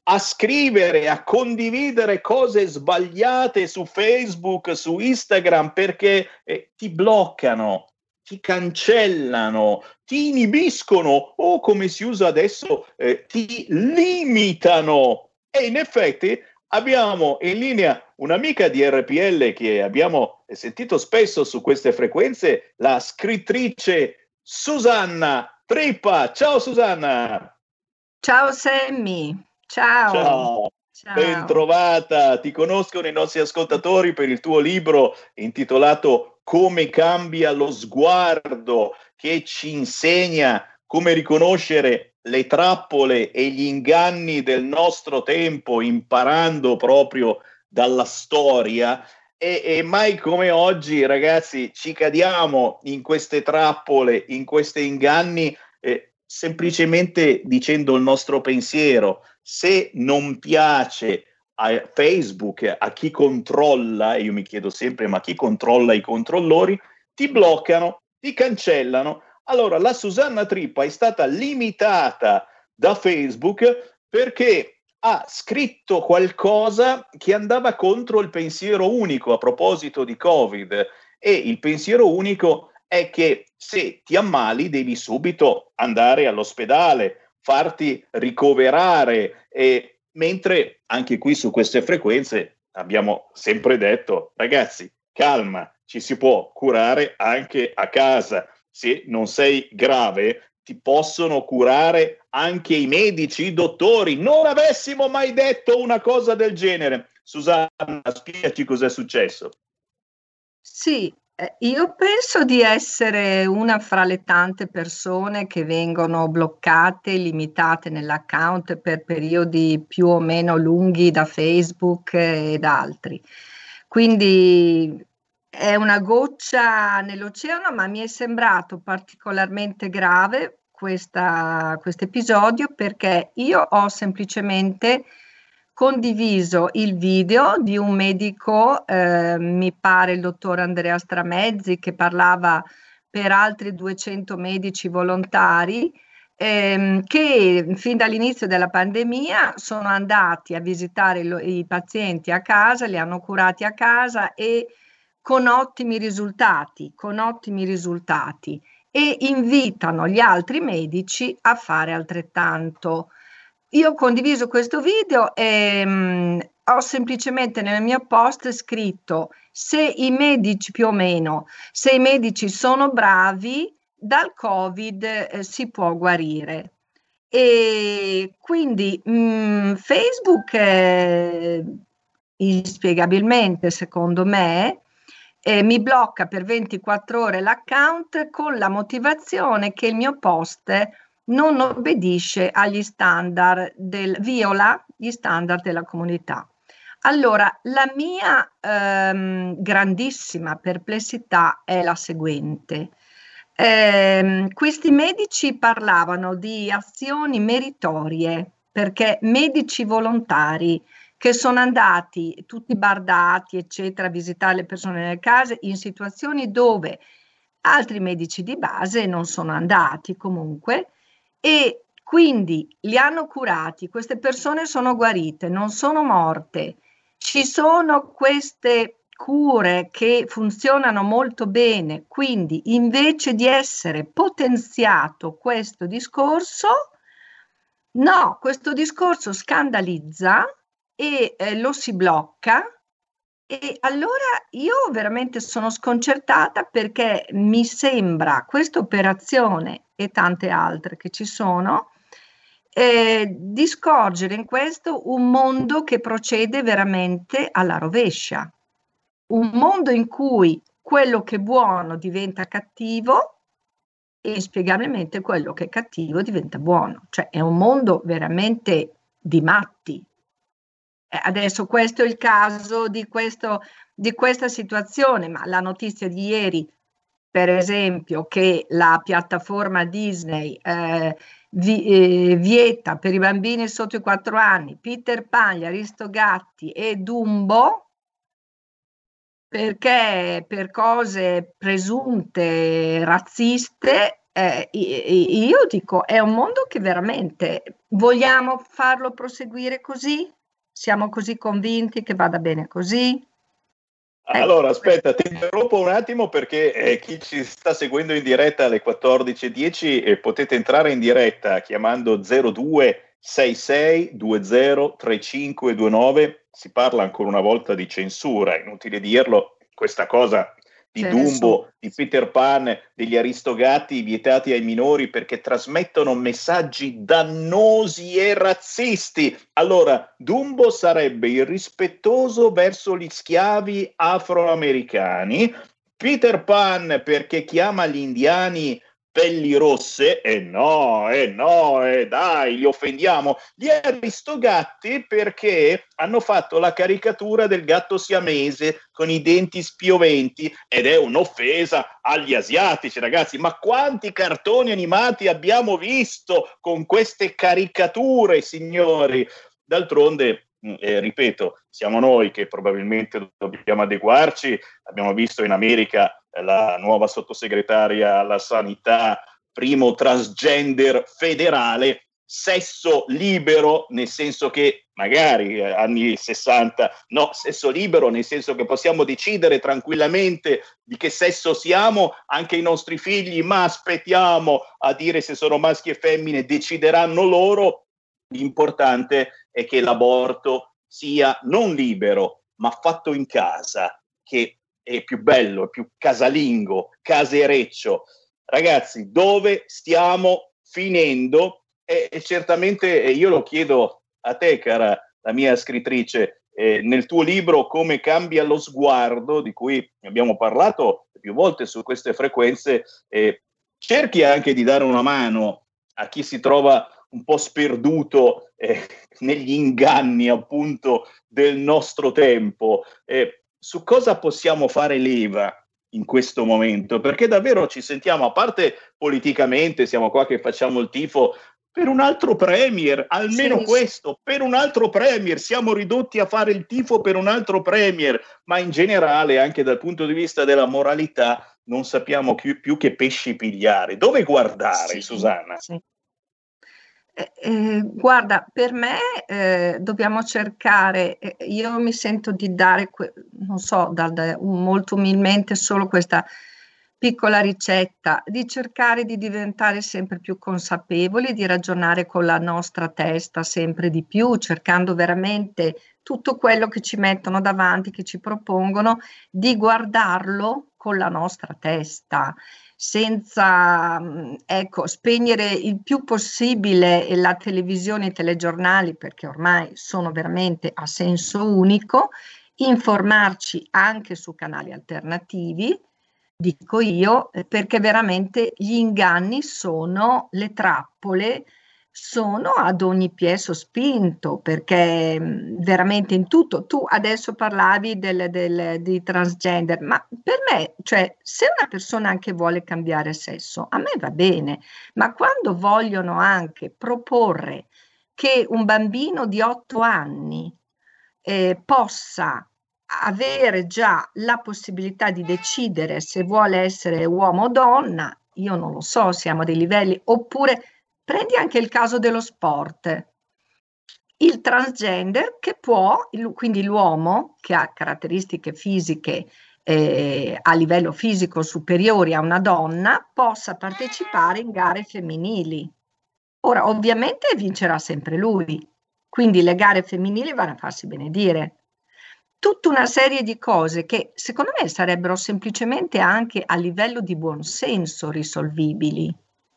a scrivere, a condividere cose sbagliate su Facebook, su Instagram, perché eh, ti bloccano, ti cancellano, ti inibiscono o, come si usa adesso, eh, ti limitano. E in effetti abbiamo in linea un'amica di R P L che abbiamo sentito spesso su queste frequenze, la scrittrice Susanna Trippa. Ciao Susanna! Ciao Sammy! Ciao. Ciao. Ciao, ben trovata. Ti conoscono i nostri ascoltatori per il tuo libro intitolato Come cambia lo sguardo, che ci insegna come riconoscere le trappole e gli inganni del nostro tempo, imparando proprio dalla storia. E, e mai come oggi, ragazzi, ci cadiamo in queste trappole, in questi inganni, eh, semplicemente dicendo il nostro pensiero. Se non piace a Facebook, a chi controlla, e io mi chiedo sempre, ma chi controlla i controllori, ti bloccano, ti cancellano. Allora, la Susanna Trippa è stata limitata da Facebook perché ha scritto qualcosa che andava contro il pensiero unico a proposito di Covid. E il pensiero unico è che se ti ammali devi subito andare all'ospedale, farti ricoverare, e mentre anche qui su queste frequenze abbiamo sempre detto, ragazzi, calma, ci si può curare anche a casa. Se non sei grave, ti possono curare anche i medici, i dottori. Non avessimo mai detto una cosa del genere. Susanna, spiegaci cos'è successo. Sì, io penso di essere una fra le tante persone che vengono bloccate, limitate nell'account per periodi più o meno lunghi da Facebook ed altri. Quindi è una goccia nell'oceano, ma mi è sembrato particolarmente grave questo episodio perché io ho semplicemente condiviso il video di un medico, eh, mi pare il dottor Andrea Stramezzi, che parlava per altri duecento medici volontari ehm, che fin dall'inizio della pandemia sono andati a visitare lo, i pazienti a casa, li hanno curati a casa e con ottimi risultati, con ottimi risultati e invitano gli altri medici a fare altrettanto. Io ho condiviso questo video e mh, ho semplicemente nel mio post scritto: se i medici più o meno, se i medici sono bravi, dal Covid eh, si può guarire. E quindi mh, Facebook eh, inspiegabilmente, secondo me, eh, mi blocca per ventiquattro ore l'account con la motivazione che il mio post non obbedisce agli standard del, viola gli standard della comunità. Allora, la mia ehm, grandissima perplessità è la seguente. Eh, questi medici parlavano di azioni meritorie, perché medici volontari che sono andati tutti bardati, eccetera, a visitare le persone nelle case in situazioni dove altri medici di base non sono andati comunque, e quindi li hanno curati, queste persone sono guarite, non sono morte, ci sono queste cure che funzionano molto bene, quindi invece di essere potenziato questo discorso, no, questo discorso scandalizza e eh, lo si blocca. E allora io veramente sono sconcertata perché mi sembra questa operazione e tante altre che ci sono eh, di scorgere in questo un mondo che procede veramente alla rovescia, un mondo in cui quello che è buono diventa cattivo e inspiegabilmente quello che è cattivo diventa buono, cioè è un mondo veramente di matti. Adesso questo è il caso di, questo, di questa situazione, ma la notizia di ieri, per esempio, che la piattaforma Disney eh, vi, eh, vieta per i bambini sotto i quattro anni Peter Pan, gli Aristogatti e Dumbo, perché per cose presunte razziste, eh, io dico, è un mondo che veramente Vogliamo farlo proseguire così? Siamo così convinti che vada bene così? Allora, aspetta, ti interrompo un attimo perché eh, chi ci sta seguendo in diretta alle quattordici e dieci eh, potete entrare in diretta chiamando zero due sei sei due zero tre cinque due nove. Si parla ancora una volta di censura, inutile dirlo, questa cosa di C'è Dumbo, nessuno. di Peter Pan, degli Aristogatti vietati ai minori perché trasmettono messaggi dannosi e razzisti. Allora, Dumbo sarebbe irrispettoso verso gli schiavi afroamericani, Peter Pan perché chiama gli indiani pelli rosse, e eh no, e eh no, e eh dai, li offendiamo. Gli Aristogatti perché hanno fatto la caricatura del gatto siamese con i denti spioventi ed è un'offesa agli asiatici, ragazzi. Ma quanti cartoni animati abbiamo visto con queste caricature, signori? D'altronde, eh, ripeto, siamo noi che probabilmente dobbiamo adeguarci. Abbiamo visto in America la nuova sottosegretaria alla sanità, primo transgender federale, sesso libero, nel senso che magari eh, anni sessanta, no, sesso libero nel senso che possiamo decidere tranquillamente di che sesso siamo anche i nostri figli, ma aspettiamo a dire se sono maschi e femmine, decideranno loro. L'importante è che l'aborto sia non libero, ma fatto in casa, che è più bello, è più casalingo, casereccio. Ragazzi, dove stiamo finendo? E, e certamente io lo chiedo a te, cara la mia scrittrice, eh, nel tuo libro Come cambia lo sguardo, di cui abbiamo parlato più volte su queste frequenze, eh, cerchi anche di dare una mano a chi si trova un po' sperduto eh, negli inganni appunto del nostro tempo. Eh, su cosa possiamo fare leva in questo momento? Perché davvero ci sentiamo, a parte politicamente, siamo qua che facciamo il tifo per un altro premier, almeno Sì. questo, per un altro premier, siamo ridotti a fare il tifo per un altro premier, ma in generale anche dal punto di vista della moralità non sappiamo più, più che pesci pigliare. Dove guardare, Sì, Susanna? sì. Eh, eh, guarda, per me eh, dobbiamo cercare, eh, io mi sento di dare, que- non so, da, da- molto umilmente solo questa piccola ricetta, di cercare di diventare sempre più consapevoli, di ragionare con la nostra testa sempre di più, cercando veramente tutto quello che ci mettono davanti, che ci propongono, di guardarlo con la nostra testa, senza ecco, spegnere il più possibile la televisione e i telegiornali, perché ormai sono veramente a senso unico, informarci anche su canali alternativi, dico io, perché veramente gli inganni sono, le trappole sono ad ogni piè sospinto, perché mh, veramente in tutto, tu adesso parlavi del, del, di transgender, ma per me, cioè, se una persona anche vuole cambiare sesso, a me va bene, ma quando vogliono anche proporre che un bambino di otto anni eh, possa avere già la possibilità di decidere se vuole essere uomo o donna, io non lo so, siamo a dei livelli, oppure prendi anche il caso dello sport, il transgender che può, quindi l'uomo che ha caratteristiche fisiche eh, a livello fisico superiori a una donna, possa partecipare in gare femminili. Ora, ovviamente vincerà sempre lui, quindi le gare femminili vanno a farsi benedire. Tutta una serie di cose che secondo me sarebbero semplicemente anche a livello di buonsenso risolvibili.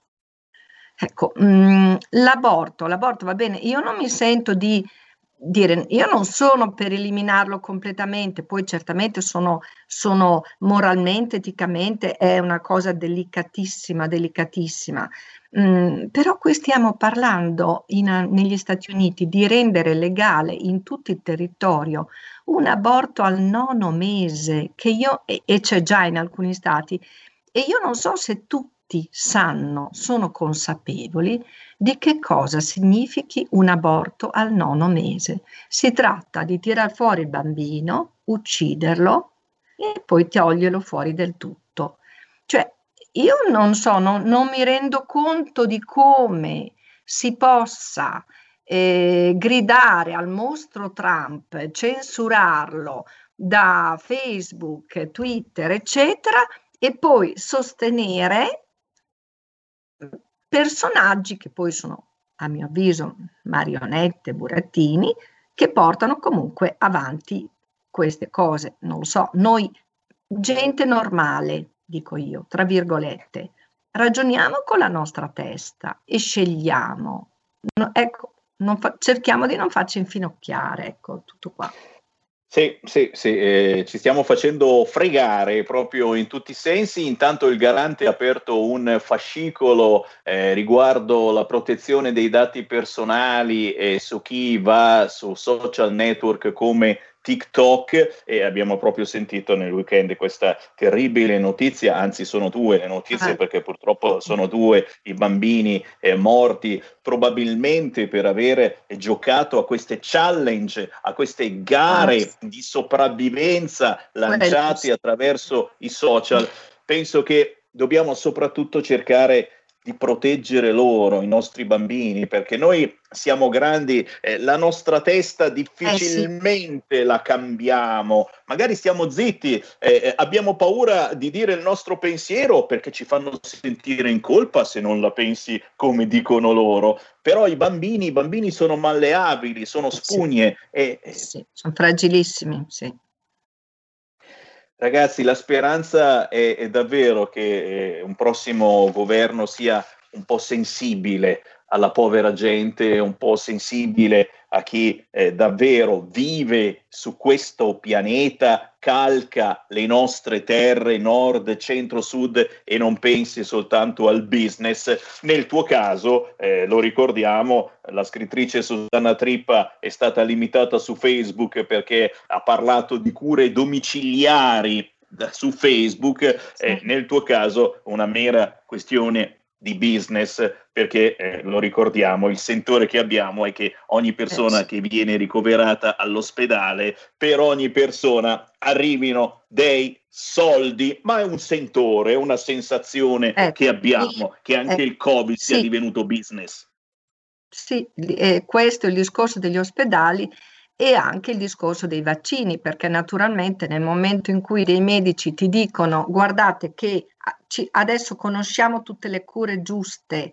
Ecco, mh, l'aborto, l'aborto va bene, io non mi sento di dire, io non sono per eliminarlo completamente, poi certamente sono, sono moralmente, eticamente, è una cosa delicatissima, delicatissima, mh, però qui stiamo parlando in, negli Stati Uniti di rendere legale in tutto il territorio un aborto al nono mese, che io, e, e c'è già in alcuni stati, e io non so se tutti sanno, sono consapevoli di che cosa significhi un aborto al nono mese. Si tratta di tirar fuori il bambino, ucciderlo e poi toglierlo fuori del tutto. Cioè, io non so, non, non mi rendo conto di come si possa eh, gridare al mostro Trump, censurarlo da Facebook, Twitter, eccetera, e poi sostenere personaggi che poi sono, a mio avviso, marionette, burattini, che portano comunque avanti queste cose. Non lo so, noi, gente normale, dico io, tra virgolette, ragioniamo con la nostra testa e scegliamo. No, ecco, non fa, cerchiamo di non farci infinocchiare, ecco, tutto qua. Sì, sì, sì, eh, ci stiamo facendo fregare proprio in tutti i sensi. Intanto il Garante ha aperto un fascicolo eh, riguardo la protezione dei dati personali e su chi va su social network come TikTok, e abbiamo proprio sentito nel weekend questa terribile notizia, anzi sono due le notizie, perché purtroppo sono due i bambini eh, morti probabilmente per aver giocato a queste challenge, a queste gare di sopravvivenza lanciate attraverso i social. Penso che dobbiamo soprattutto cercare di proteggere loro, i nostri bambini, perché noi siamo grandi, eh, la nostra testa difficilmente eh sì. la cambiamo, magari stiamo zitti, eh, abbiamo paura di dire il nostro pensiero perché ci fanno sentire in colpa se non la pensi come dicono loro, però i bambini, i bambini sono malleabili, sono spugne. Sì. E, sì, sono fragilissimi, sì. Ragazzi, la speranza è, è davvero che eh, un prossimo governo sia un po' sensibile alla povera gente, un po' sensibile a chi eh, davvero vive su questo pianeta, calca le nostre terre nord, centro, sud e non pensi soltanto al business. Nel tuo caso, eh, lo ricordiamo, la scrittrice Susanna Trippa è stata limitata su Facebook perché ha parlato di cure domiciliari da, su Facebook, sì. eh, nel tuo caso una mera questione di business, perché eh, lo ricordiamo, il sentore che abbiamo è che ogni persona eh, sì. che viene ricoverata all'ospedale, per ogni persona arrivino dei soldi, ma è un sentore, è una sensazione eh, che abbiamo, sì. che anche eh, il Covid sì. sia divenuto business. Sì, eh, questo è il discorso degli ospedali e anche il discorso dei vaccini, perché naturalmente nel momento in cui dei medici ti dicono guardate che ci, adesso conosciamo tutte le cure giuste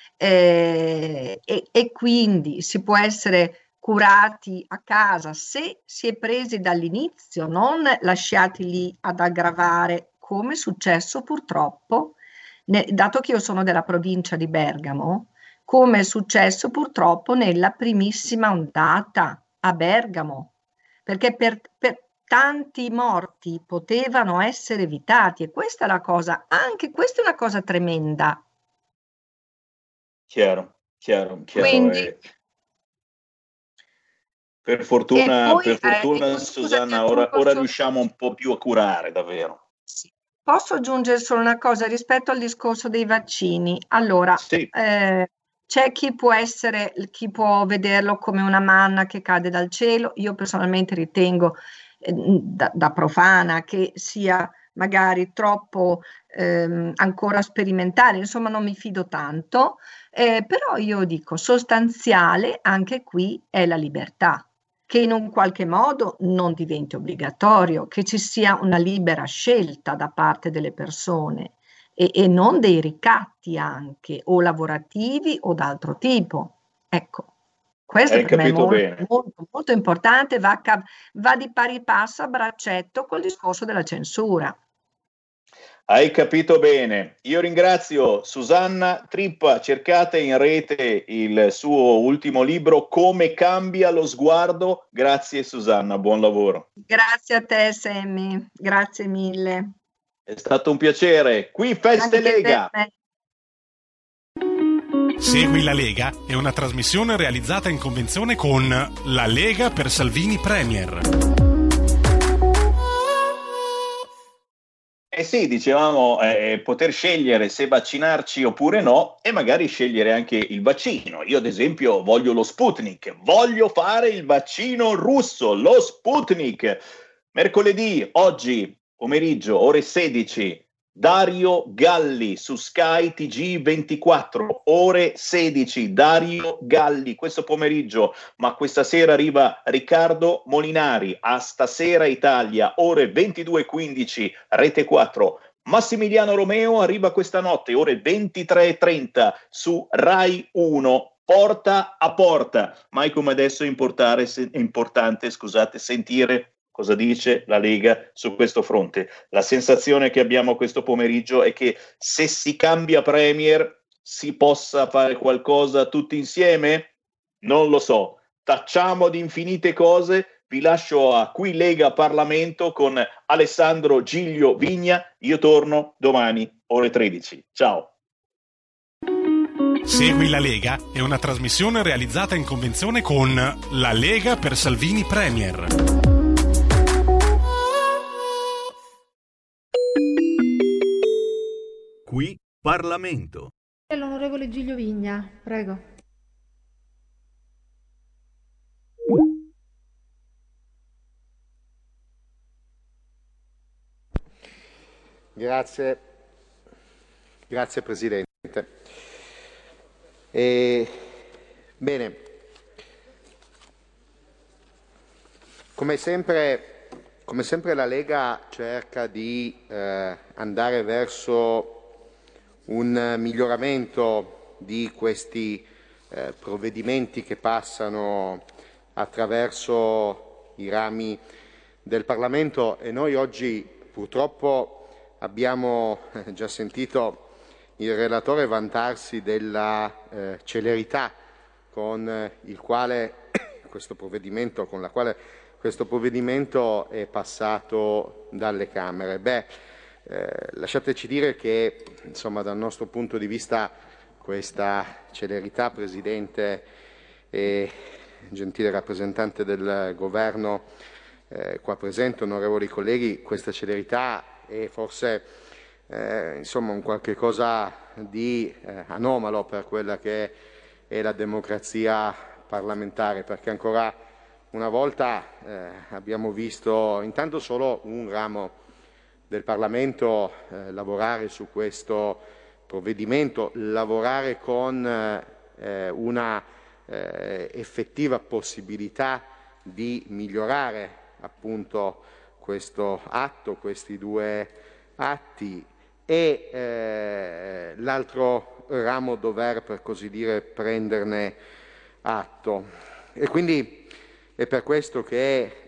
eh, e, e quindi si può essere curati a casa se si è presi dall'inizio, non lasciati lì ad aggravare, come è successo purtroppo, ne, dato che io sono della provincia di Bergamo, come è successo purtroppo nella primissima ondata a Bergamo, perché per, per tanti morti potevano essere evitati e questa è la cosa, anche questa è una cosa tremenda. Chiaro, chiaro, chiaro. Quindi, eh. Per fortuna, poi, per fortuna eh, Susanna, ora, ora riusciamo un po' più a curare, davvero. Sì. Posso aggiungere solo una cosa rispetto al discorso dei vaccini? Allora, sì. eh, c'è chi può essere, chi può vederlo come una manna che cade dal cielo. Io personalmente ritengo, eh, da, da profana, che sia magari troppo ehm, ancora sperimentale, insomma non mi fido tanto, eh, però io dico sostanziale anche qui è la libertà, che in un qualche modo non diventi obbligatorio, che ci sia una libera scelta da parte delle persone. E, e non dei ricatti anche, o lavorativi o d'altro tipo. Ecco, questo Hai per me è molto, bene. molto, molto importante, va, a, va di pari passo a braccetto col discorso della censura. Hai capito bene. Io ringrazio Susanna Trippa, cercate in rete il suo ultimo libro, Come cambia lo sguardo. Grazie Susanna, buon lavoro. Grazie a te Sammy, grazie mille. È stato un piacere. Qui Feste Anche Lega. Segui la Lega è una trasmissione realizzata in convenzione con La Lega per Salvini Premier. Eh sì, dicevamo eh, poter scegliere se vaccinarci oppure no e magari scegliere anche il vaccino. Io ad esempio voglio lo Sputnik, voglio fare il vaccino russo, lo Sputnik. Mercoledì, oggi pomeriggio, ore sedici, Dario Galli su Sky T G ventiquattro, ore sedici, Dario Galli questo pomeriggio, ma questa sera arriva Riccardo Molinari a Stasera Italia, ore ventidue e quindici, Rete quattro. Massimiliano Romeo arriva questa notte, ore ventitré e trenta su Rai uno, porta a porta. Mai come adesso è importante, è importante scusate, sentire cosa dice la Lega su questo fronte. La sensazione che abbiamo questo pomeriggio è che se si cambia Premier si possa fare qualcosa tutti insieme? Non lo so. Tacciamo di infinite cose. Vi lascio a Qui Lega Parlamento con Alessandro Giglio Vigna. Io torno domani ore tredici. Ciao. Segui la Lega è una trasmissione realizzata in convenzione con La Lega per Salvini Premier. Qui Parlamento. L'onorevole Giglio Vigna, prego. Grazie, grazie Presidente. E, bene, come sempre, come sempre la Lega cerca di eh, andare verso un miglioramento di questi eh, provvedimenti che passano attraverso i rami del Parlamento, e noi oggi purtroppo abbiamo già sentito il relatore vantarsi della eh, celerità con eh, il quale questo provvedimento, con la quale questo provvedimento è passato dalle Camere. Beh, eh, lasciateci dire che, insomma, dal nostro punto di vista questa celerità, Presidente e gentile rappresentante del Governo eh, qua presente, onorevoli colleghi, questa celerità è forse eh, insomma un qualche cosa di eh, anomalo per quella che è la democrazia parlamentare, perché ancora una volta eh, abbiamo visto intanto solo un ramo del Parlamento eh, lavorare su questo provvedimento, lavorare con eh, una eh, effettiva possibilità di migliorare appunto questo atto, questi due atti, e eh, l'altro ramo dover, per così dire, prenderne atto. E quindi è per questo che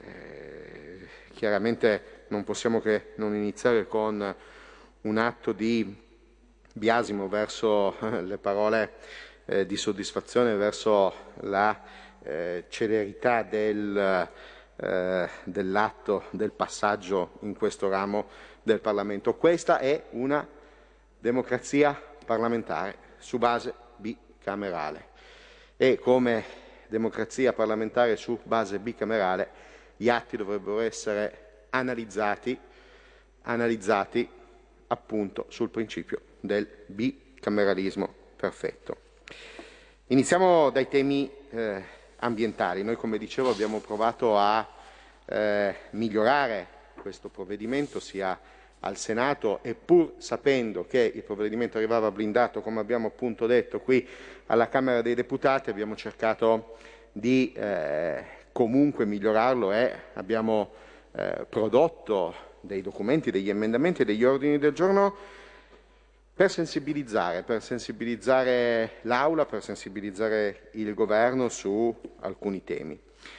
eh, chiaramente non possiamo che non iniziare con un atto di biasimo verso le parole eh, di soddisfazione verso la eh, celerità del, eh, dell'atto, del passaggio in questo ramo del Parlamento. Questa è una democrazia parlamentare su base bicamerale e come democrazia parlamentare su base bicamerale gli atti dovrebbero essere analizzati, analizzati appunto sul principio del bicameralismo perfetto. Iniziamo dai temi eh, ambientali. Noi, come dicevo, abbiamo provato a eh, migliorare questo provvedimento sia al Senato, e pur sapendo che il provvedimento arrivava blindato, come abbiamo appunto detto qui alla Camera dei Deputati, abbiamo cercato di eh, comunque migliorarlo e abbiamo eh, prodotto dei documenti, degli emendamenti e degli ordini del giorno per sensibilizzare, per sensibilizzare l'Aula, per sensibilizzare il Governo su alcuni temi.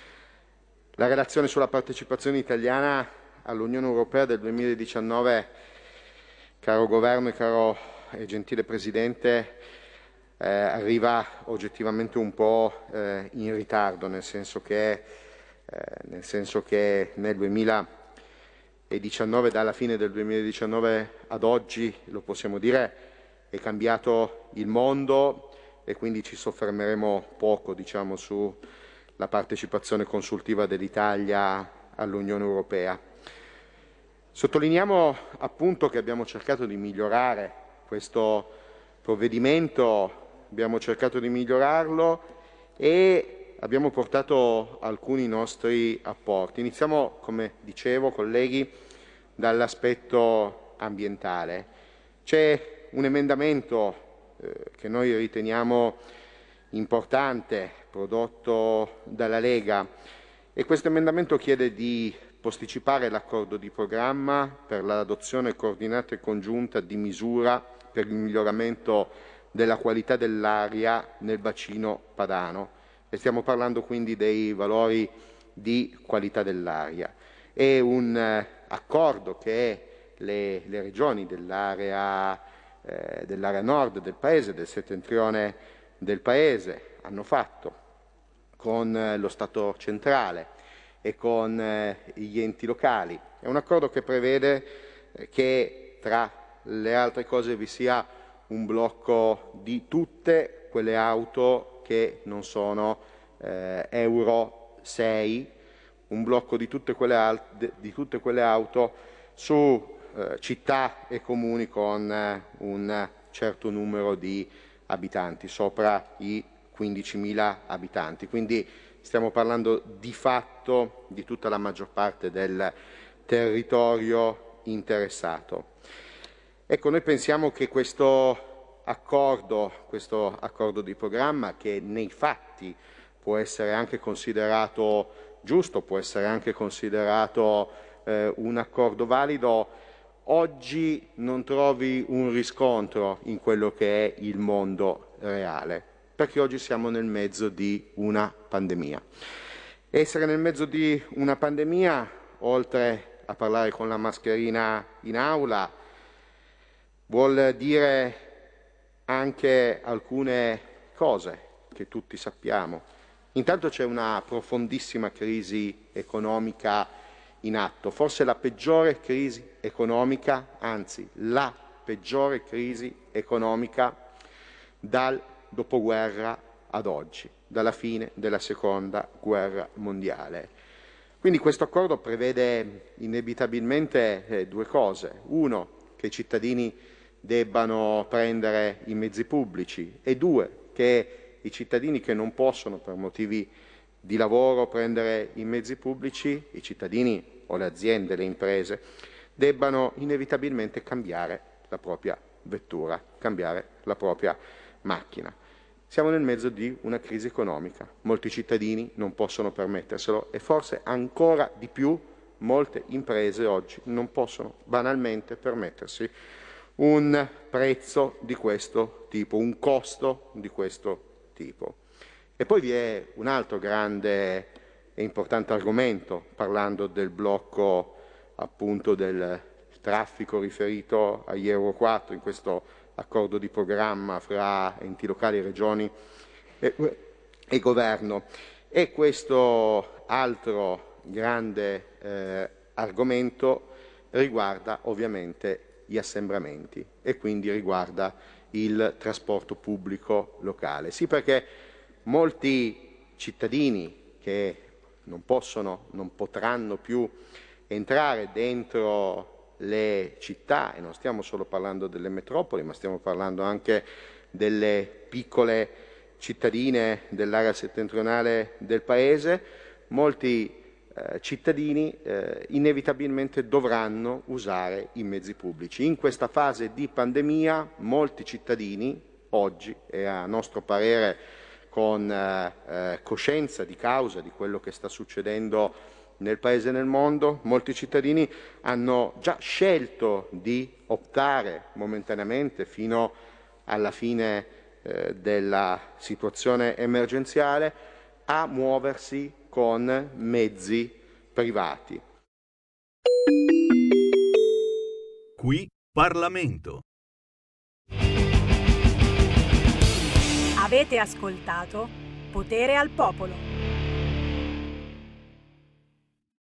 La relazione sulla partecipazione italiana all'Unione Europea del duemiladiciannove, caro Governo e caro e gentile Presidente, eh, arriva oggettivamente un po' eh, in ritardo, nel senso che, eh, nel senso che nel duemiladiciannove, dalla fine del duemiladiciannove ad oggi, lo possiamo dire, è cambiato il mondo, e quindi ci soffermeremo poco, diciamo, sulla partecipazione consultiva dell'Italia all'Unione Europea. Sottolineiamo appunto che abbiamo cercato di migliorare questo provvedimento, abbiamo cercato di migliorarlo e abbiamo portato alcuni nostri apporti. Iniziamo, come dicevo, colleghi, dall'aspetto ambientale. C'è un emendamento eh, che noi riteniamo importante, prodotto dalla Lega, e questo emendamento chiede di posticipare l'accordo di programma per l'adozione coordinata e congiunta di misura per il miglioramento della qualità dell'aria nel bacino padano, e stiamo parlando quindi dei valori di qualità dell'aria. È un eh, accordo che le, le regioni dell'area, eh, dell'area nord del Paese, del settentrione del Paese, hanno fatto con eh, lo Stato centrale e con eh, gli enti locali. È un accordo che prevede eh, che tra le altre cose vi sia un blocco di tutte quelle auto che non sono eh, Euro sei, un blocco di tutte quelle, al- di tutte quelle auto su eh, città e comuni con eh, un certo numero di abitanti, sopra i quindicimila abitanti. Quindi stiamo parlando di fatto di tutta la maggior parte del territorio interessato. Ecco, noi pensiamo che questo accordo, questo accordo di programma, che nei fatti può essere anche considerato giusto, può essere anche considerato eh, un accordo valido, oggi non trovi un riscontro in quello che è il mondo reale, perché oggi siamo nel mezzo di una pandemia. Essere nel mezzo di una pandemia, oltre a parlare con la mascherina in aula, vuol dire anche alcune cose che tutti sappiamo. Intanto c'è una profondissima crisi economica in atto, forse la peggiore crisi economica, anzi la peggiore crisi economica dal dopoguerra ad oggi, dalla fine della seconda guerra mondiale. Quindi questo accordo prevede inevitabilmente eh, due cose: uno, che i cittadini debbano prendere i mezzi pubblici, e due, che i cittadini che non possono per motivi di lavoro prendere i mezzi pubblici, i cittadini o le aziende, le imprese, debbano inevitabilmente cambiare la propria vettura, cambiare la propria macchina. Siamo nel mezzo di una crisi economica, molti cittadini non possono permetterselo e forse ancora di più molte imprese oggi non possono banalmente permettersi un prezzo di questo tipo, un costo di questo tipo. E poi vi è un altro grande e importante argomento, parlando del blocco appunto del traffico riferito agli Euro quattro in questo accordo di programma fra enti locali, regioni e, e governo. E questo altro grande eh, argomento riguarda ovviamente gli assembramenti e quindi riguarda il trasporto pubblico locale. Sì, perché molti cittadini che non possono, non potranno più entrare dentro le città, e non stiamo solo parlando delle metropoli, ma stiamo parlando anche delle piccole cittadine dell'area settentrionale del Paese, molti eh, cittadini eh, inevitabilmente dovranno usare i mezzi pubblici. In questa fase di pandemia molti cittadini oggi, e a nostro parere con eh, eh, coscienza di causa di quello che sta succedendo nel Paese e nel mondo, molti cittadini hanno già scelto di optare momentaneamente fino alla fine eh, della situazione emergenziale a muoversi con mezzi privati. Qui Parlamento. Avete ascoltato Potere al Popolo.